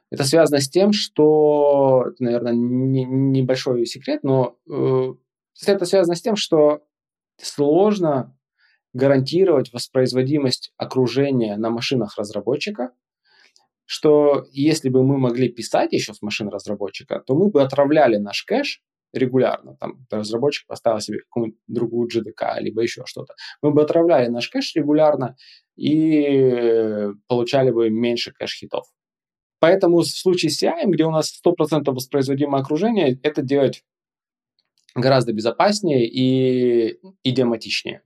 Это связано с тем, что, наверное, не, небольшой секрет, но э, это связано с тем, что сложно гарантировать воспроизводимость окружения на машинах разработчика, что если бы мы могли писать еще с машин разработчика, то мы бы отравляли наш кэш регулярно. Там разработчик поставил себе какую-нибудь другую джи ди кей, либо еще что-то. Мы бы отравляли наш кэш регулярно и получали бы меньше кэш-хитов. Поэтому в случае с си ай, где у нас сто процентов воспроизводимое окружение, это делать гораздо безопаснее и идиоматичнее.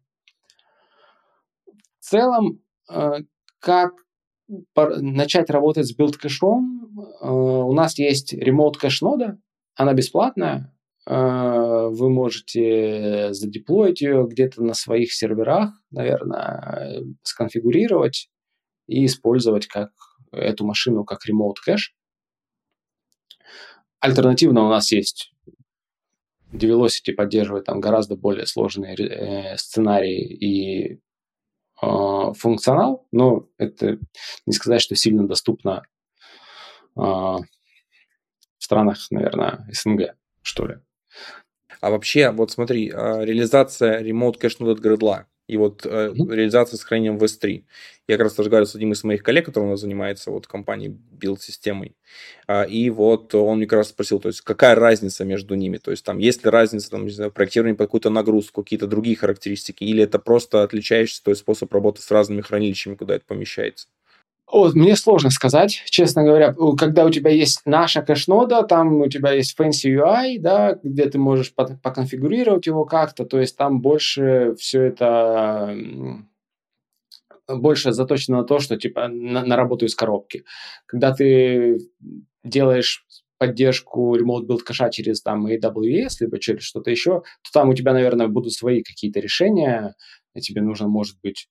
В целом, как начать работать с билд-кэшом, у нас есть Remote Cache нода, она бесплатная, вы можете задеплоить ее где-то на своих серверах, наверное, сконфигурировать и использовать как эту машину как Remote Cache. Альтернативно у нас есть Develocity, поддерживает там гораздо более сложные э, сценарии и э, функционал, но это не сказать, что сильно доступно э, в странах, наверное, эс эн гэ, что ли. А вообще, вот смотри, реализация Remote Cache Node от Gradle и вот mm-hmm. реализация с хранением в эс три. Я как раз разговаривал с одним из моих коллег, который у нас занимается вот компанией билд-системой. И вот он мне как раз спросил, то есть какая разница между ними? То есть там есть ли разница, там, не знаю, проектирование под какую-то нагрузку, какие-то другие характеристики, или это просто отличающийся то есть, способ работы с разными хранилищами, куда это помещается? О, мне сложно сказать, честно говоря. Когда у тебя есть наша кэш-нода, там у тебя есть Fancy ю ай, да, где ты можешь поконфигурировать его как-то, то есть там больше все это больше заточено на то, что типа на, на работу из коробки. Когда ты делаешь поддержку Remote Build кэша через там эй дабл ю эс, либо через что-то еще, то там у тебя, наверное, будут свои какие-то решения, и тебе нужно, может быть,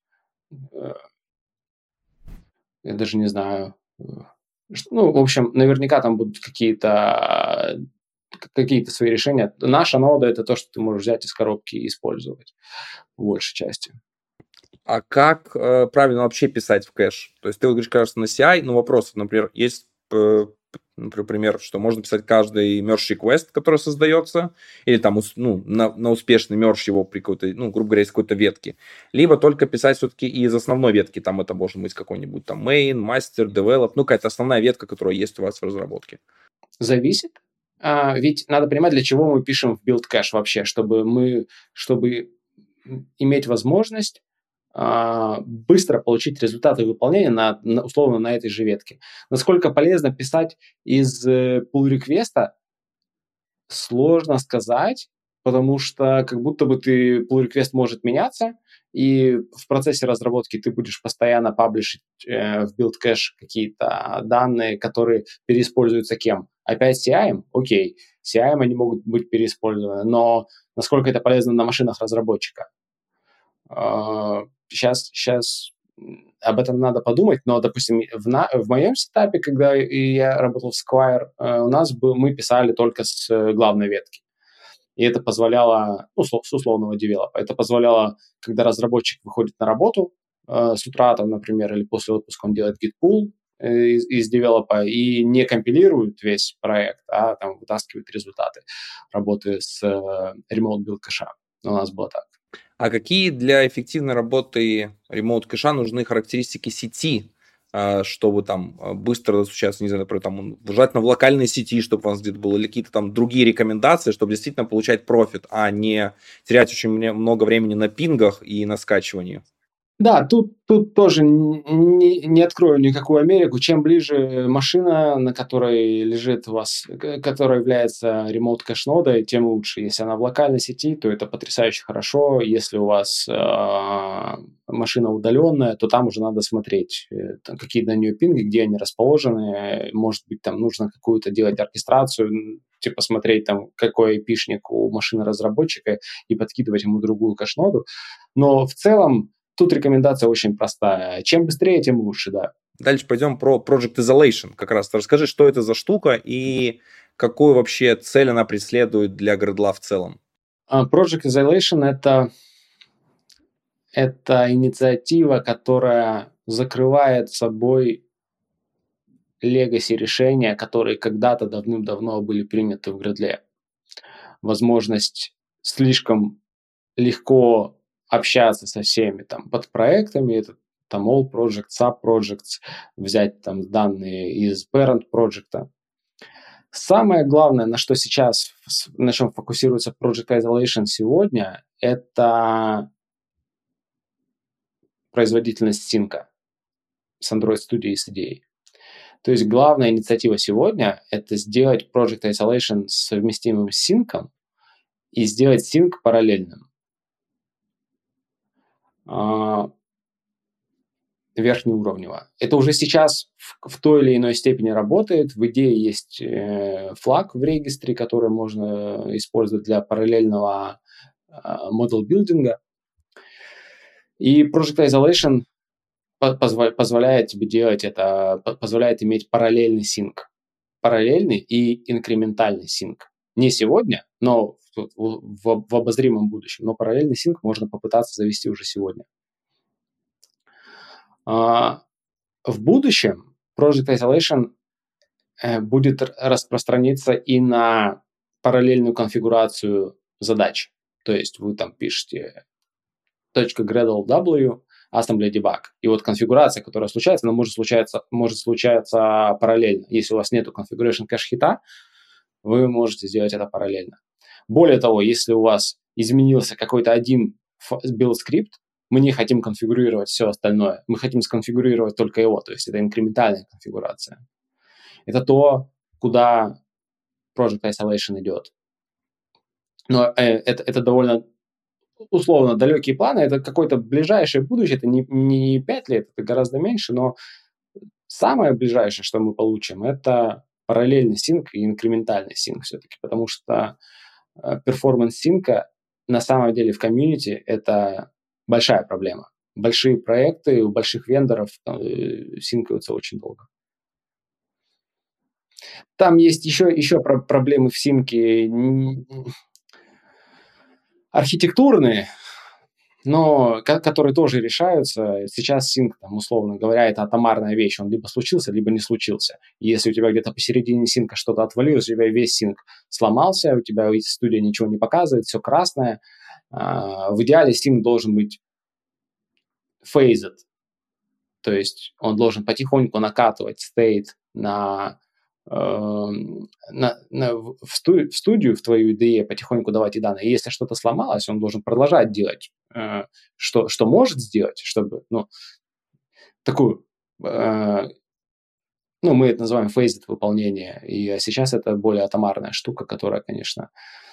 я даже не знаю. Ну, в общем, наверняка там будут какие-то какие-то свои решения. Наша нода – это то, что ты можешь взять из коробки и использовать в большей части. А как э, правильно вообще писать в кэш? То есть ты говоришь, кажется, на си ай, но вопрос, например, есть, э, например, что можно писать каждый merge request, который создается, или там ну, на, на успешный merge его при какой-то, ну, грубо говоря, из какой-то ветки, либо только писать все-таки из основной ветки, там это может быть какой-нибудь там main, master, develop, ну, какая-то основная ветка, которая есть у вас в разработке. Зависит. А, ведь надо понимать, для чего мы пишем в build cache вообще, чтобы мы, чтобы иметь возможность быстро получить результаты выполнения на, на, условно на этой же ветке. Насколько полезно писать из pull request, сложно сказать, потому что как будто бы ты pull request может меняться, и в процессе разработки ты будешь постоянно паблишить э, в build cache какие-то данные, которые переиспользуются кем? Опять си ай? Окей, си ай они могут быть переиспользованы, но насколько это полезно на машинах разработчика? Сейчас, сейчас об этом надо подумать, но, допустим, в, на, в моем сетапе, когда я работал в Squire, у нас был, мы писали только с главной ветки. И это позволяло, ну, с условного девелопа, это позволяло, когда разработчик выходит на работу э, с утра, там, например, или после отпуска, он делает git pull э, из, из девелопа и не компилирует весь проект, а там вытаскивает результаты работы с э, remote build кэша. У нас было так. А какие для эффективной работы Remote кэша нужны характеристики сети, чтобы там быстро достучаться, не знаю, например, там, желательно в локальной сети, чтобы у вас где-то было, или какие-то там другие рекомендации, чтобы действительно получать профит, а не терять очень много времени на пингах и на скачивании? Да, тут, тут тоже не, не открою никакую Америку. Чем ближе машина, на которой лежит у вас, которая является remote cache нодой, тем лучше. Если она в локальной сети, то это потрясающе хорошо. Если у вас э, машина удаленная, то там уже надо смотреть, э, там, какие на нее пинги, где они расположены. Может быть, там нужно какую-то делать оркестрацию, типа смотреть, там, какой ай пи-шник у машины разработчика и подкидывать ему другую кэш-ноду. Но в целом тут рекомендация очень простая. Чем быстрее, тем лучше, да. Дальше пойдем про Project Isolation. Как раз расскажи, что это за штука и какую вообще цель она преследует для Gradle в целом. Project Isolation – это, это инициатива, которая закрывает собой legacy решения, которые когда-то давным-давно были приняты в Gradle. Возможность слишком легко общаться со всеми там подпроектами, это там all projects, sub-projects, взять там данные из parent проекта. Самое главное, на что сейчас, на чем фокусируется Project Isolation сегодня, это производительность синка с Android Studio и с идеей. То есть главная инициатива сегодня – это сделать Project Isolation совместимым с синком и сделать синк параллельным. Верхнеуровнево. Это уже сейчас в, в той или иной степени работает. В идее есть э, флаг в регистре, который можно использовать для параллельного э, модел-билдинга. И Project Isolation позво- позволяет тебе делать это, позволяет иметь параллельный синк. Параллельный и инкрементальный синк. Не сегодня, но в, в, в обозримом будущем. Но параллельный синк можно попытаться завести уже сегодня. Uh, в будущем Project Isolation uh, будет распространиться и на параллельную конфигурацию задач. То есть вы там пишете .gradle w assembly debug. И вот конфигурация, которая случается, она может случаться, может случаться параллельно. Если у вас нет configuration кэш-хита, вы можете сделать это параллельно. Более того, если у вас изменился какой-то один билд-скрипт, мы не хотим конфигурировать все остальное. Мы хотим сконфигурировать только его. То есть это инкрементальная конфигурация. Это то, куда Project Isolation идет. Но э, это, это довольно условно далекие планы. Это какое-то ближайшее будущее. Это не, не пять лет, это гораздо меньше. Но самое ближайшее, что мы получим, это параллельный синк и инкрементальный синк все-таки. Потому что э, перформанс синка на самом деле в комьюнити это большая проблема. Большие проекты у больших вендоров э, синкаются очень долго. Там есть еще, еще про- проблемы в синке архитектурные, но ко- которые тоже решаются. Сейчас синк, там, условно говоря, это атомарная вещь. Он либо случился, либо не случился. И если у тебя где-то посередине синка что-то отвалилось, у тебя весь синк сломался, у тебя студия ничего не показывает, все красное. А, в идеале синк должен быть phased, то есть он должен потихоньку накатывать стейт на, э, на, на, в, сту, в студию, в твою идею, потихоньку давать и данные. И если что-то сломалось, он должен продолжать делать, э, что, что может сделать, чтобы, ну, такую, э, ну, мы это называем phased выполнение, и сейчас это более атомарная штука, которая, конечно,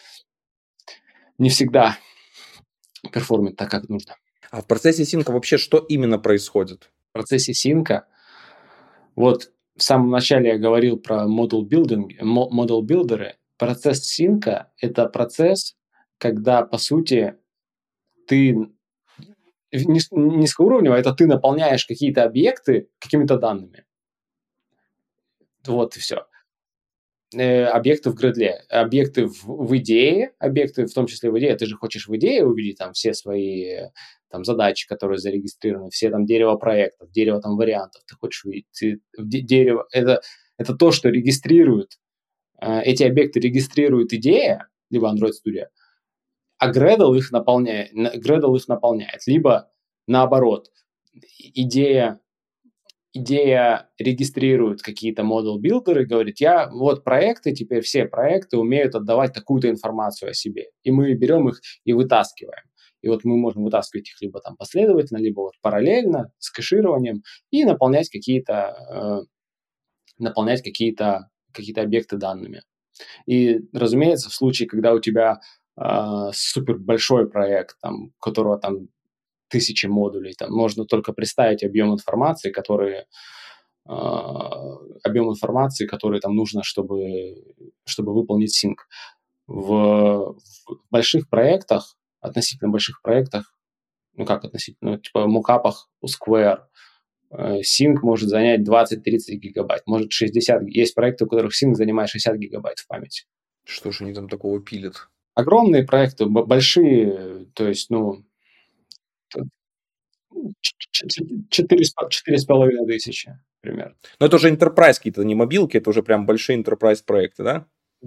не всегда перформит так, как нужно. А в процессе синка вообще что именно происходит? В процессе синка, вот в самом начале я говорил про model building, model builder. Процесс синка – это процесс, когда, по сути, ты низкоуровневый, это ты наполняешь какие-то объекты какими-то данными. Вот и все. Э, объекты в Gradle, объекты в, в идее, объекты в том числе в идее. Ты же хочешь в идее увидеть там все свои там задачи, которые зарегистрированы, все там дерево проектов, дерево там вариантов. Ты хочешь увидеть ты, дерево. Это, это то, что регистрирует, э, эти объекты регистрирует идея, либо Android Studio, а Gradle их наполняет, Gradle их наполняет. Либо наоборот, идея Идея регистрирует какие-то модуль-билдеры, говорит, я, вот проекты, теперь все проекты умеют отдавать такую-то информацию о себе. И мы берем их и вытаскиваем. И вот мы можем вытаскивать их либо там последовательно, либо вот параллельно с кэшированием и наполнять какие-то, э, наполнять какие-то, какие-то объекты данными. И, разумеется, в случае, когда у тебя э, супер большой проект, там, у которого там тысячи модулей, там можно только представить объем информации, который, э, объем информации, который там нужно, чтобы, чтобы выполнить синк. В, в больших проектах, относительно больших проектах, ну как относительно, ну, типа мокапах у Square, э, синк может занять двадцать-тридцать гигабайт, может шестьдесят. Есть проекты, у которых синк занимает шестьдесят гигабайт в памяти. Что ж они там такого пилят? Огромные проекты, большие, то есть, ну, четыре с половиной тысячи. примерно. Но это уже enterprise какие-то, не мобилки, это уже прям большие enterprise проекты, да?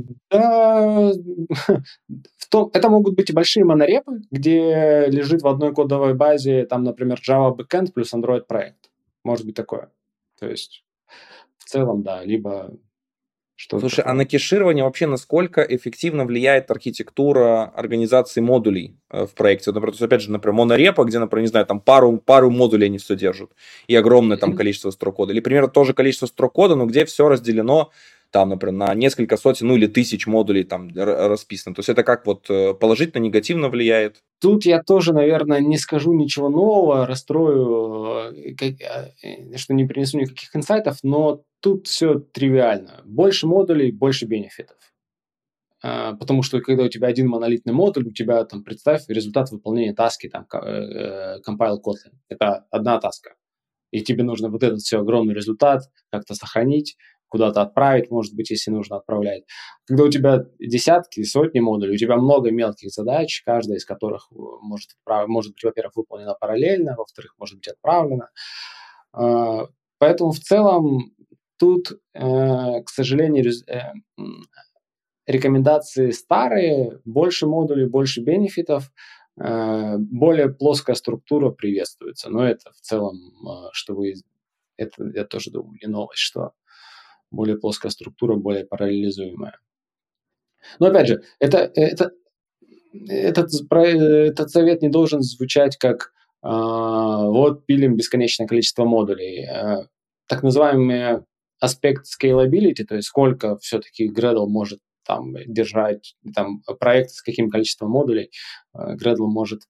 Да, в том, это могут быть и большие монорепы, где лежит в одной кодовой базе, там, например, Java Backend плюс Android проект. Может быть такое. То есть в целом, да, либо что-то Слушай, а такое. на кеширование вообще насколько эффективно влияет архитектура организации модулей э, в проекте? Вот, например, то есть, опять же, например, монорепа, где, например, не знаю, там пару, пару модулей они все держат, и огромное там количество строк кода. Или, примерно, тоже количество строк кода, но где все разделено, там, например, на несколько сотен, ну, или тысяч модулей там р- расписано. То есть это как вот э, положительно, негативно влияет? Тут я тоже, наверное, не скажу ничего нового, расстрою, э, как- э, что не принесу никаких инсайтов, но тут все тривиально. Больше модулей, больше бенефитов. А, Потому что когда у тебя один монолитный модуль, у тебя там, представь, результат выполнения таски, там, ка- э, э, compile Kotlin. Это одна таска. И тебе нужно вот этот все огромный результат как-то сохранить, куда-то отправить, может быть, если нужно отправлять. Когда у тебя десятки, сотни модулей, у тебя много мелких задач, каждая из которых э, может, отправ- может быть, во-первых, выполнена параллельно, во-вторых, может быть отправлена. А, Поэтому в целом тут, э, к сожалению, рез- э, м, рекомендации старые, больше модулей, больше бенефитов, э, более плоская структура приветствуется. Но это в целом, э, что вы, это я тоже думаю, не новость, что более плоская структура, более параллелизуемая. Но опять же, это, это, этот, про- этот совет не должен звучать как а, вот пилим бесконечное количество модулей. А, так называемый аспект scalability, то есть сколько все-таки Gradle может там держать, там проект с каким количеством модулей а, Gradle может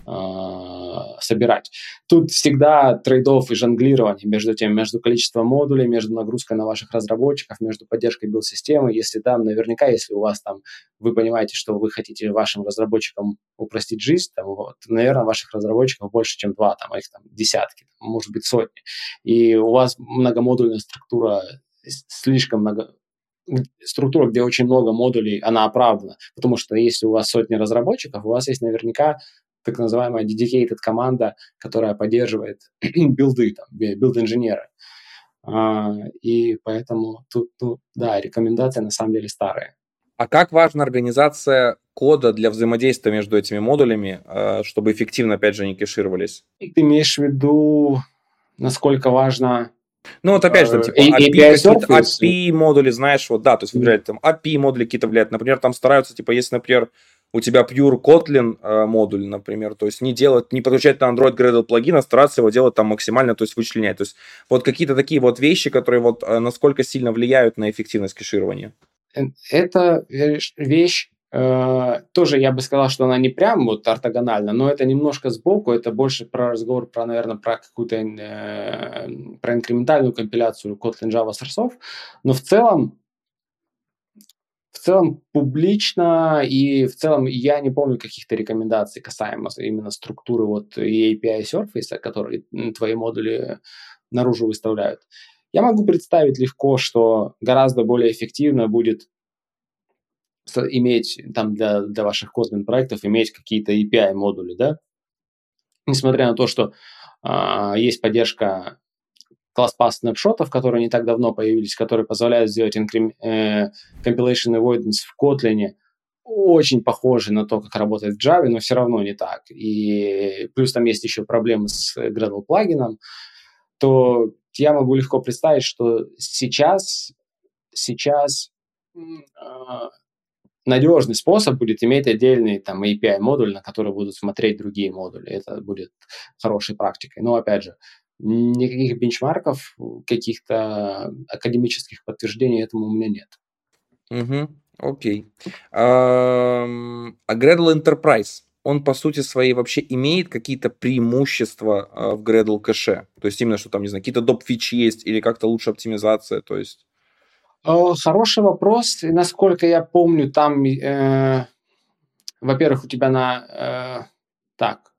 а, собирать. Тут всегда трейд-офф и жонглирование между тем, между количеством модулей, между нагрузкой на ваших разработчиков, между поддержкой билд-системы. Если там, наверняка, если у вас там, вы понимаете, что вы хотите вашим разработчикам упростить жизнь, там, вот, наверное, ваших разработчиков больше, чем два, там, а их там десятки, может быть, сотни. И у вас многомодульная структура, слишком много, структура, где очень много модулей, она оправдана. Потому что если у вас сотни разработчиков, у вас есть наверняка так называемая dedicated команда, которая поддерживает билды, там, билд-инженеры. А, и поэтому тут, ну, да, рекомендации на самом деле старые. А как важна организация кода для взаимодействия между этими модулями, э, чтобы эффективно, опять же, они кешировались? И ты имеешь в виду, насколько важно Ну, вот опять же, там, э, типа, эй пи ай эй пи ай какие-то, Surface? эй пи ай модули, знаешь, вот, да, то есть, Мгм. выбирали там эй пи ай модули какие-то влияют. Например, там стараются, типа, если, например, у тебя pure Kotlin э, модуль, например, то есть не делать, не подключать на Android Gradle плагин, а стараться его делать там максимально, то есть вычленять. То есть вот какие-то такие вот вещи, которые вот э, насколько сильно влияют на эффективность кеширования. Э, Это вещь, вещь, э, тоже я бы сказал, что она не прям вот ортогональна, но это немножко сбоку, это больше про разговор, про, наверное, про какую-то э, про инкрементальную компиляцию Kotlin Java сорсов, но в целом в целом публично и в целом я не помню каких-то рекомендаций касаемо именно структуры вот и эй пи ай Surface, которые м, твои модули наружу выставляют. Я могу представить легко, что гораздо более эффективно будет с- иметь там для, для ваших Kotlin проектов иметь какие-то эй пи ай модули, да, несмотря на то, что а, есть поддержка класс-пас снапшотов, которые не так давно появились, которые позволяют сделать инкрем- э, compilation avoidance в Kotlin очень похожи на то, как работает в Java, но все равно не так. И плюс там есть еще проблемы с Gradle плагином, то я могу легко представить, что сейчас, сейчас м, а, надежный способ будет иметь отдельный там эй пи ай модуль, на который будут смотреть другие модули. Это будет хорошей практикой. Но опять же, никаких бенчмарков, каких-то академических подтверждений этому у меня нет. Угу, окей. Ам, А Gradle Enterprise, он по сути своей вообще имеет какие-то преимущества а, в Gradle кэше? То есть именно, что там, не знаю, какие-то доп. Фичи есть или как-то лучше оптимизация, то есть... Э, Хороший вопрос. И насколько я помню, там, э, во-первых, у тебя на... э, так,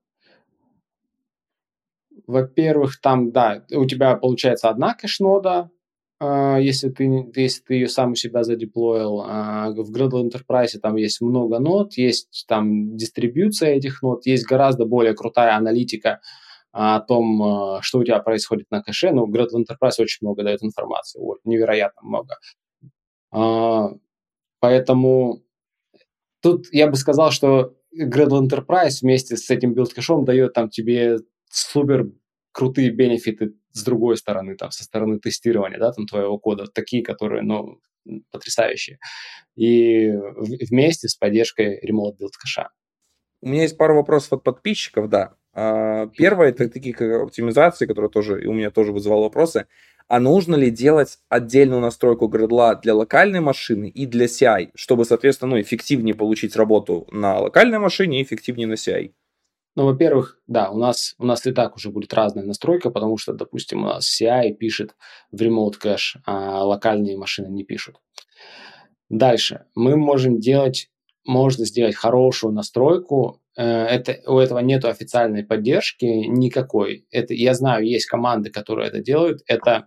во-первых, там, да, у тебя получается одна кэш-нода, э, если ты, не- если ты ее сам у себя задеплоил. А в Gradle Enterprise там есть много нод, есть там дистрибьюция этих нод, есть гораздо более крутая аналитика о том, э, что у тебя происходит на кэше. Ну, Gradle Enterprise очень много дает информации, вот, невероятно много. А, поэтому тут я бы сказал, что Gradle Enterprise вместе с этим билд-кэшом дает там тебе супер крутые бенефиты с другой стороны, там, со стороны тестирования, да, там, твоего кода, такие, которые, ну, потрясающие. И в- вместе с поддержкой Remote Build кэша. У меня есть пару вопросов от подписчиков, да. А, Первое, это такие как оптимизации, которые тоже и у меня тоже вызывал вопросы. А нужно ли делать отдельную настройку гредла для локальной машины и для си ай, чтобы, соответственно, ну, эффективнее получить работу на локальной машине и эффективнее на си ай? Ну, во-первых, да, у нас, у нас и так уже будет разная настройка, потому что, допустим, у нас си ай пишет в Remote Cache, а локальные машины не пишут. Дальше. Мы можем делать, можно сделать хорошую настройку. Э, Это, у этого нет официальной поддержки никакой. Это, я знаю, есть команды, которые это делают. Это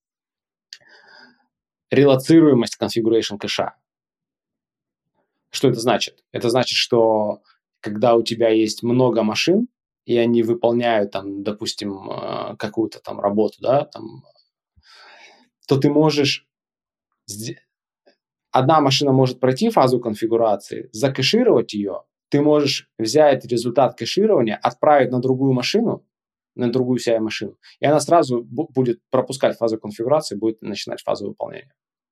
релоцируемость configuration кэша. Что это значит? Это значит, что когда у тебя есть много машин, и они выполняют, там, допустим, э, какую-то там работу, да, там, то ты можешь... сде- Одна машина может пройти фазу конфигурации, закэшировать ее, ты можешь взять результат кэширования, отправить на другую машину, на другую си ай-машину, и она сразу бу- будет пропускать фазу конфигурации, будет начинать фазу выполнения.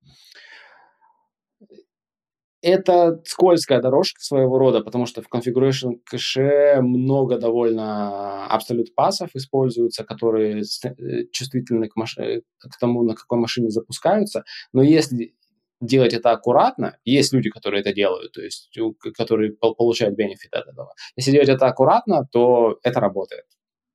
Это скользкая дорожка своего рода, потому что в configuration кэше много довольно absolute пассов используются, которые с- э, чувствительны к, маш- э, к тому, на какой машине запускаются. Но если делать это аккуратно, есть люди, которые это делают, то есть у- к- которые пол- получают бенефит от этого. Если делать это аккуратно, то это работает.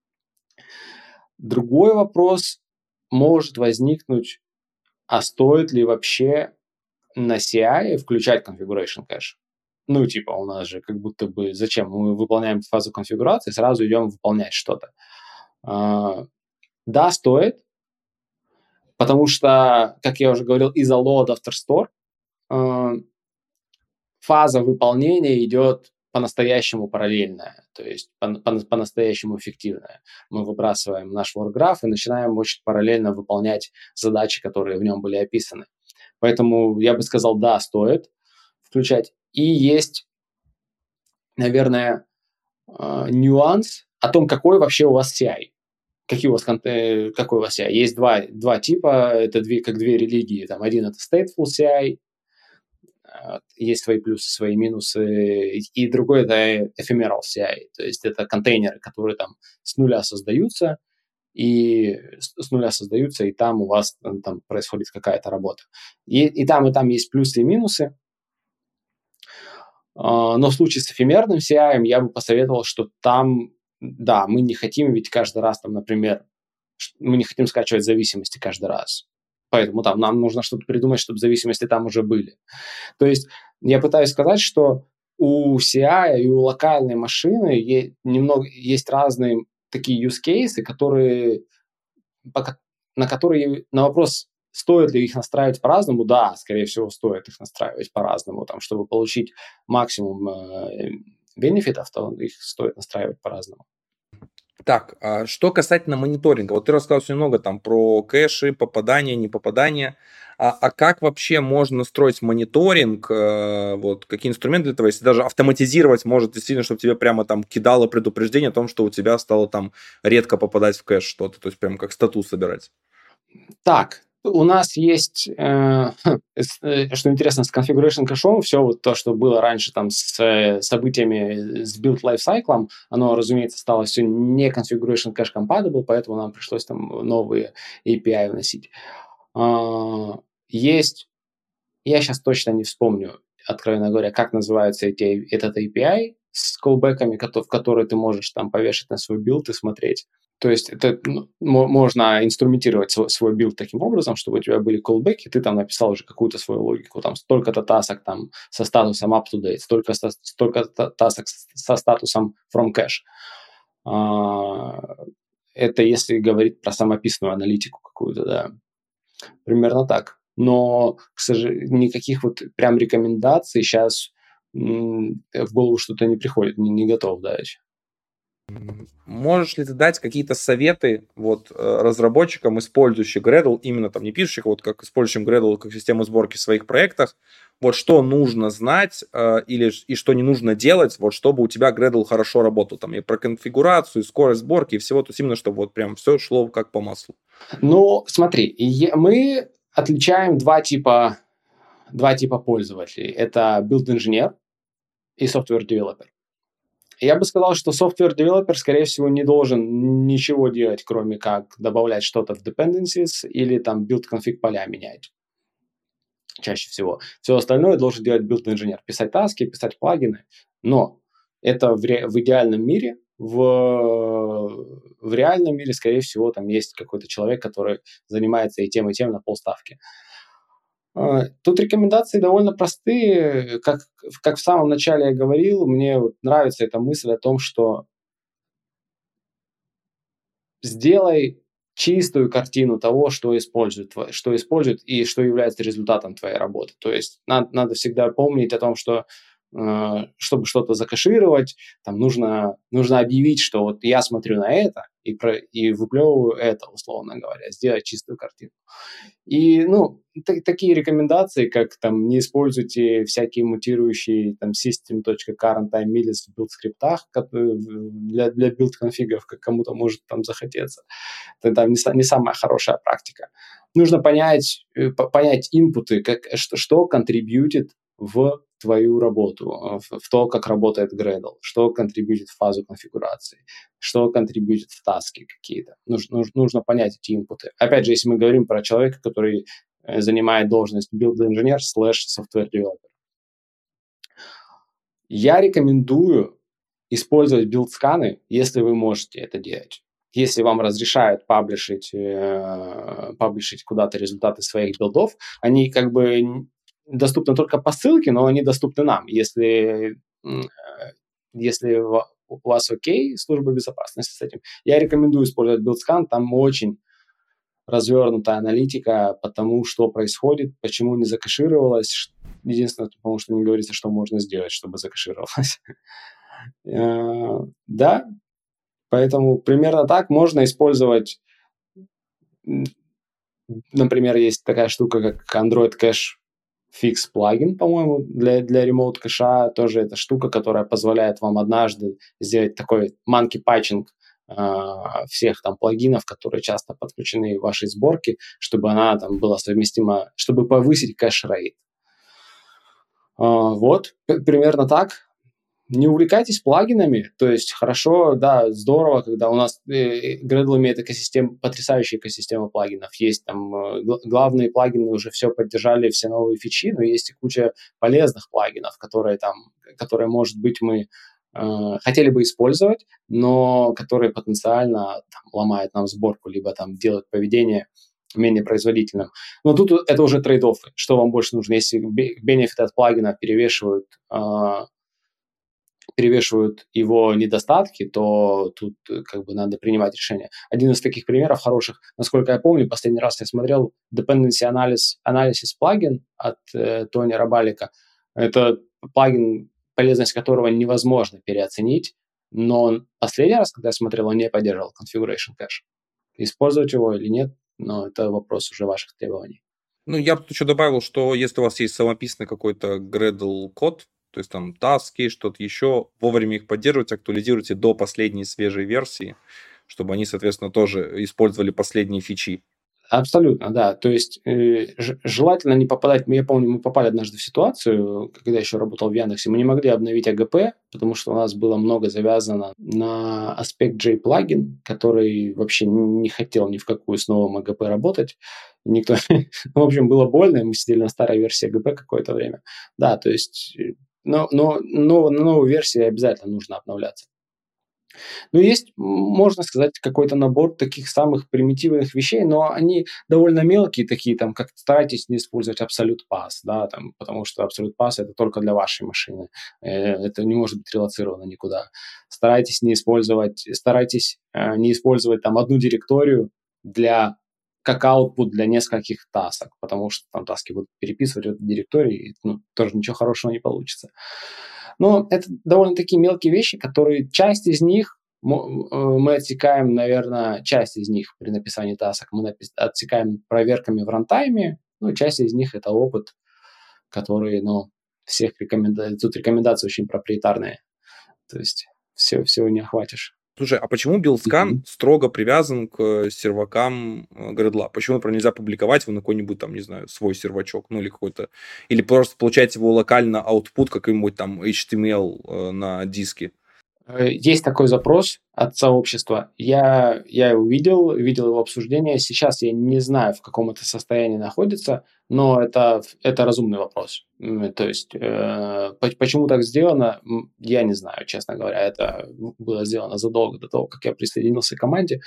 Другой вопрос может возникнуть, а стоит ли вообще на си ай включать configuration кэш? Ну, типа, у нас же как будто бы зачем? Мы выполняем фазу конфигурации, сразу идем выполнять что-то. А, да, стоит, потому что, как я уже говорил, из-за load after store а, фаза выполнения идет по-настоящему параллельная, то есть по- по- по-настоящему эффективная. Мы выбрасываем наш workgraph и начинаем очень параллельно выполнять задачи, которые в нем были описаны. Поэтому я бы сказал, да, стоит включать. И есть, наверное, э, нюанс о том, какой вообще у вас си ай. Какие у вас, кон- э, какой у вас си ай? Есть два, два типа, это две, как две религии. Там один это stateful си ай, э, есть свои плюсы, свои минусы, и, и другой это ephemeral си ай, то есть это контейнеры, которые там с нуля создаются, и с, с нуля создаются, и там у вас э, там происходит какая-то работа. И, и там, и там есть плюсы и минусы. А, Но в случае с эфемерным си ай я бы посоветовал, что там, да, мы не хотим ведь каждый раз, там, например, ш- мы не хотим скачивать зависимости каждый раз. Поэтому там нам нужно что-то придумать, чтобы зависимости там уже были. То есть я пытаюсь сказать, что у си ай и у локальной машины е- немного есть разные такие use cases, которые пока- на которые на вопрос, стоит ли их настраивать по-разному, да, скорее всего, стоит их настраивать по-разному, там, чтобы получить максимум э, бенефитов, то их стоит настраивать по-разному. Так, а что касательно мониторинга, вот ты рассказал очень много там про кэши, попадания, не попадания. А, а как вообще можно настроить мониторинг? э, Вот какие инструменты для этого, если даже автоматизировать может действительно, чтобы тебе прямо там кидало предупреждение о том, что у тебя стало там редко попадать в кэш что-то, то есть прям как статус собирать. Так, у нас есть, э, с- э, что интересно, с configuration кэшом, все вот то, что было раньше там с э, событиями, с build lifecycle, оно, разумеется, стало все не configuration cache compatible, поэтому нам пришлось там новые эй пи ай вносить. А, Есть, я сейчас точно не вспомню, откровенно говоря, как называется эти, этот эй пи ай с колбеками, в который ты можешь там повешать на свой билд и смотреть. То есть это ну, мо- можно инструментировать свой, свой билд таким образом, чтобы у тебя были колбеки, ты там написал уже какую-то свою логику, там столько-то тасок там со статусом up to date, столько, столько тасок со статусом from cache. А, это если говорить про самописную аналитику какую-то, да. Примерно так. Но, к сожалению, никаких вот прям рекомендаций сейчас в голову что-то не приходит, не, не готов дать. Можешь ли ты дать какие-то советы вот, разработчикам, использующим Gradle, именно там не пишущих, вот как использующим Gradle как систему сборки в своих проектах, вот что нужно знать э, или и что не нужно делать, вот чтобы у тебя Gradle хорошо работал, там и про конфигурацию, и скорость сборки, и всего, то есть именно чтобы вот прям все шло как по маслу. Ну, смотри, мы отличаем два типа, два типа пользователей. Это build-инженер и software-девелопер. Я бы сказал, что software-девелопер, скорее всего, не должен ничего делать, кроме как добавлять что-то в dependencies или там build-config поля менять. Чаще всего. Все остальное должен делать билд-инженер. Писать таски, писать плагины. Но это в, ре- в идеальном мире. В, в реальном мире, скорее всего, там есть какой-то человек, который занимается и тем, и тем на полставки. Тут рекомендации довольно простые. Как, как в самом начале я говорил, мне вот нравится эта мысль о том, что сделай чистую картину того, что используют, что используют и что является результатом твоей работы. То есть надо, надо всегда помнить о том, что э, чтобы что-то закэшировать, там нужно, нужно объявить, что вот я смотрю на это и, про, и выплевываю это, условно говоря, сделать чистую картину. И, ну, т- такие рекомендации, как там не используйте всякие мутирующие там system.current.time.milis в билд-скриптах для, для билд-конфигов, как кому-то может там захотеться. Это там не, не самая хорошая практика. Нужно понять, понять инпуты, как, что, что контрибьютит в твою работу, в, в то, как работает Gradle, что контрибьютит в фазу конфигурации, что контрибьютит в таски какие-то. Нужно, нужно понять эти инпуты. Опять же, если мы говорим про человека, который занимает должность build-инженер слэш software-девелопер. Я рекомендую использовать билд-сканы, если вы можете это делать. Если вам разрешают паблишить, э, паблишить куда-то результаты своих билдов, они как бы доступны только по ссылке, но они доступны нам. Если, э, если у вас окей, служба безопасности с этим, я рекомендую использовать билд-скан, там очень развернутая аналитика по тому, что происходит, почему не закэшировалось. Единственное, потому что не говорится, что можно сделать, чтобы закэшировалось. Да, поэтому примерно так можно использовать. Например, есть такая штука, как Android Cache Fix плагин, по-моему, для, для remote кэша. Тоже это штука, которая позволяет вам однажды сделать такой monkey patching э, всех там плагинов, которые часто подключены в вашей сборке, чтобы она там была совместима, чтобы повысить кэш-рейт. Э, вот, примерно так. Не увлекайтесь плагинами, то есть хорошо, да, здорово, когда у нас э, Gradle имеет экосистему, потрясающая экосистема плагинов. Есть там э, главные плагины уже все поддержали, все новые фичи, но есть и куча полезных плагинов, которые там, которые, может быть, мы э, хотели бы использовать, но которые потенциально там, ломают нам сборку, либо там делают поведение менее производительным. Но тут это уже трейд-оффы. Что вам больше нужно? Если бенефиты от плагина перевешивают э, перевешивают его недостатки, то тут как бы надо принимать решение. Один из таких примеров хороших, насколько я помню, последний раз я смотрел Dependency Analysis, Analysis плагин от э, Тони Рабалика. Это плагин, полезность которого невозможно переоценить, но последний раз, когда я смотрел, он не поддерживал Configuration Cache. Использовать его или нет, но это вопрос уже ваших требований. Ну, я бы еще добавил, что если у вас есть самописный какой-то Gradle код, то есть там таски, что-то еще, вовремя их поддерживать, актуализируйте до последней свежей версии, чтобы они, соответственно, тоже использовали последние фичи. Абсолютно, да. То есть э, желательно не попадать... Я помню, мы попали однажды в ситуацию, когда я еще работал в Яндексе, мы не могли обновить эй джи пи, потому что у нас было много завязано на Aspect.J плагин, который вообще не хотел ни в какую с новым эй джи пи работать. Никто... В общем, было больно, и мы сидели на старой версии эй джи пи какое-то время. Да, то есть... Но, но, но на новую версию обязательно нужно обновляться. Ну, есть, можно сказать, какой-то набор таких самых примитивных вещей, но они довольно мелкие, такие, там, как старайтесь не использовать Absolute Pass, да, там, потому что Absolute Pass это только для вашей машины, это не может быть релоцировано никуда. Старайтесь не использовать, старайтесь э, не использовать там одну директорию для как output для нескольких тасок, потому что там таски будут переписывать в эту директорию, и ну, тоже ничего хорошего не получится. Но это довольно такие мелкие вещи, которые часть из них мы отсекаем, наверное, часть из них при написании тасок. Мы отсекаем проверками в рантайме. Ну, часть из них – это опыт, который, ну, всех рекомендаций. Тут рекомендации очень проприетарные. То есть все, всего не охватишь. Слушай, а почему BuildScan mm-hmm. строго привязан к сервакам Gradle? Почему, например, нельзя публиковать его на какой-нибудь там, не знаю, свой сервачок, ну или какой-то... Или просто получать его локально output какой-нибудь там эйч ти эм эл на диске? Есть такой запрос от сообщества. Я, я его видел, видел его обсуждение. Сейчас я не знаю, в каком это состоянии находится, но это, это разумный вопрос. То есть, э, почему так сделано, я не знаю, честно говоря. Это было сделано задолго до того, как я присоединился к команде.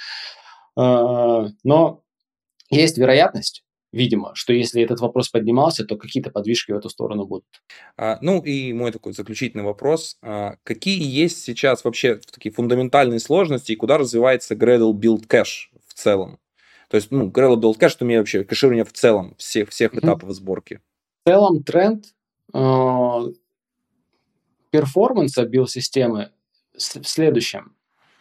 Э, но есть вероятность, видимо, что если этот вопрос поднимался, то какие-то подвижки в эту сторону будут. А, ну и мой такой заключительный вопрос. А, какие есть сейчас вообще такие фундаментальные сложности и куда развивается Gradle Build Cache в целом? То есть, ну, Gradle Build Cache, что мне вообще кэширование в целом всех, всех mm-hmm. этапов сборки. В целом тренд э, перформанса билд-системы в следующем.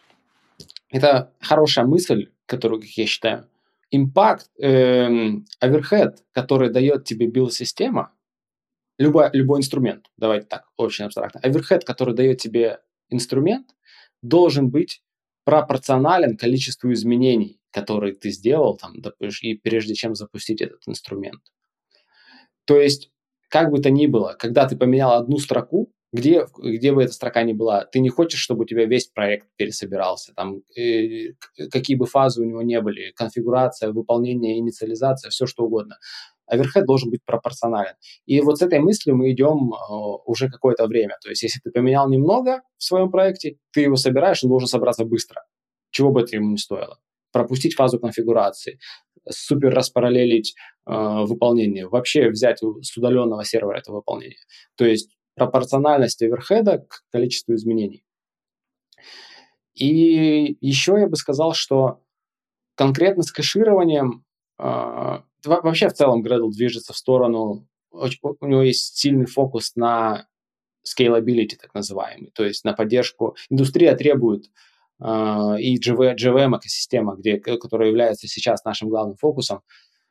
Это хорошая мысль, которую, как я считаю, импакт, эм, оверхед, который дает тебе билд-система, любой, любой инструмент, давайте так, очень абстрактно, оверхед, который дает тебе инструмент, должен быть пропорционален количеству изменений, которые ты сделал, там, и прежде чем запустить этот инструмент. То есть, как бы то ни было, когда ты поменял одну строку, где, где бы эта строка ни была, ты не хочешь, чтобы у тебя весь проект пересобирался, там, э, какие бы фазы у него не были, конфигурация, выполнение, инициализация, все что угодно. Оверхед должен быть пропорционален. И вот с этой мыслью мы идем э, уже какое-то время. То есть, если ты поменял немного в своем проекте, ты его собираешь, он должен собраться быстро. Чего бы это ему ни стоило. Пропустить фазу конфигурации, супер распараллелить э, выполнение, вообще взять с удаленного сервера это выполнение. То есть, пропорциональность оверхеда к количеству изменений. И еще я бы сказал, что конкретно с кэшированием э, вообще в целом Gradle движется в сторону, у него есть сильный фокус на scalability, так называемый, то есть на поддержку. Индустрия требует э, и джи ви, джи ви эм-экосистема, где, которая является сейчас нашим главным фокусом,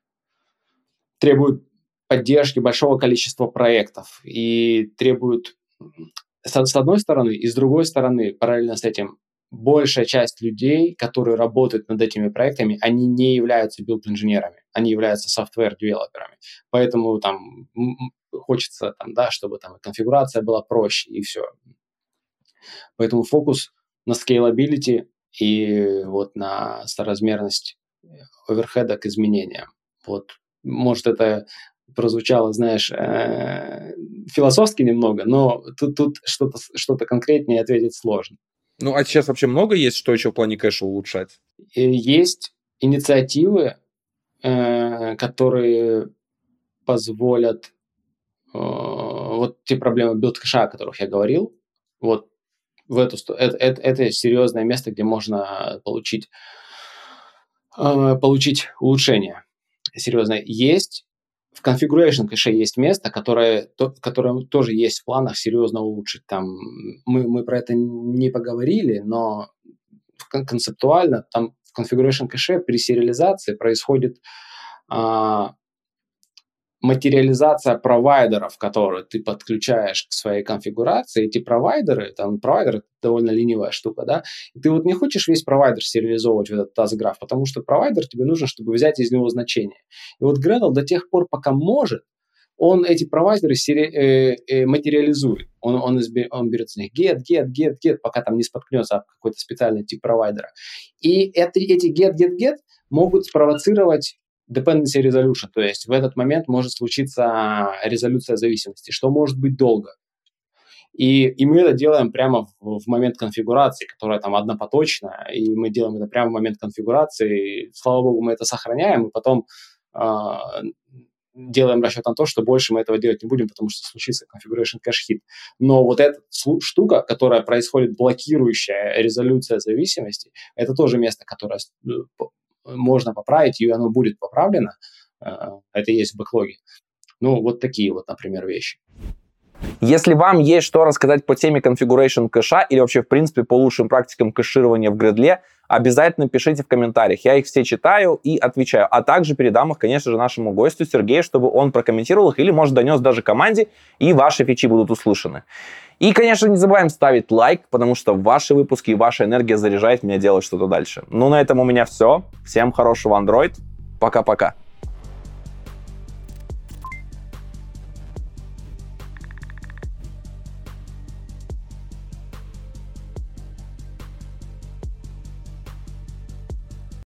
требует поддержки большого количества проектов и требует с, с одной стороны, и с другой стороны, параллельно с этим, большая часть людей, которые работают над этими проектами, они не являются билд-инженерами, они являются софтвер-девелоперами. Поэтому там хочется, там, да, чтобы там конфигурация была проще, и все. Поэтому фокус на scalability и вот на соразмерность оверхеда к изменениям. Вот, может, это прозвучало, знаешь, э, философски немного, но тут, тут что-то, что-то конкретнее ответить сложно. Ну, а сейчас вообще много есть, что еще в плане кэша улучшать? Есть инициативы, э, которые позволят э, вот те проблемы билд-кэша, о которых я говорил, вот в эту это, это, это серьезное место, где можно получить, э, получить улучшение серьезное. Есть в configuration кэше есть место, которое, то, которое тоже есть в планах серьезно улучшить. Там мы, мы про это не поговорили, но концептуально там в configuration кэше при сериализации происходит а, материализация провайдеров, которые ты подключаешь к своей конфигурации. Эти провайдеры, там провайдер довольно ленивая штука, да, и ты вот не хочешь весь провайдер сериализовывать в этот task graph, потому что провайдер тебе нужен, чтобы взять из него значение. И вот Gradle до тех пор, пока может, он эти провайдеры сери- э, э, материализует. Он, он, избер, он берет с них get, get, get, get, пока там не споткнется об какой-то специальный тип провайдера. И это, эти get, get, get могут спровоцировать dependency resolution, то есть в этот момент может случиться резолюция зависимости, что может быть долго. И, и мы это делаем прямо в, в момент конфигурации, которая там однопоточная, и мы делаем это прямо в момент конфигурации. И, слава богу, мы это сохраняем, и потом э, делаем расчет на то, что больше мы этого делать не будем, потому что случится configuration cache hit. Но вот эта штука, которая происходит, блокирующая резолюция зависимости, это тоже место, которое можно поправить, и оно будет поправлено. Это есть в бэклоге. Ну, вот такие вот, например, вещи. Если вам есть что рассказать по теме configuration кэша или вообще, в принципе, по лучшим практикам кэширования в Gradle, обязательно пишите в комментариях. Я их все читаю и отвечаю. А также передам их, конечно же, нашему гостю Сергею, чтобы он прокомментировал их или, может, донес даже команде, и ваши фичи будут услышаны. И, конечно, не забываем ставить лайк, потому что ваши выпуски и ваша энергия заряжает меня делать что-то дальше. Ну, на этом у меня все. Всем хорошего Android. Пока-пока.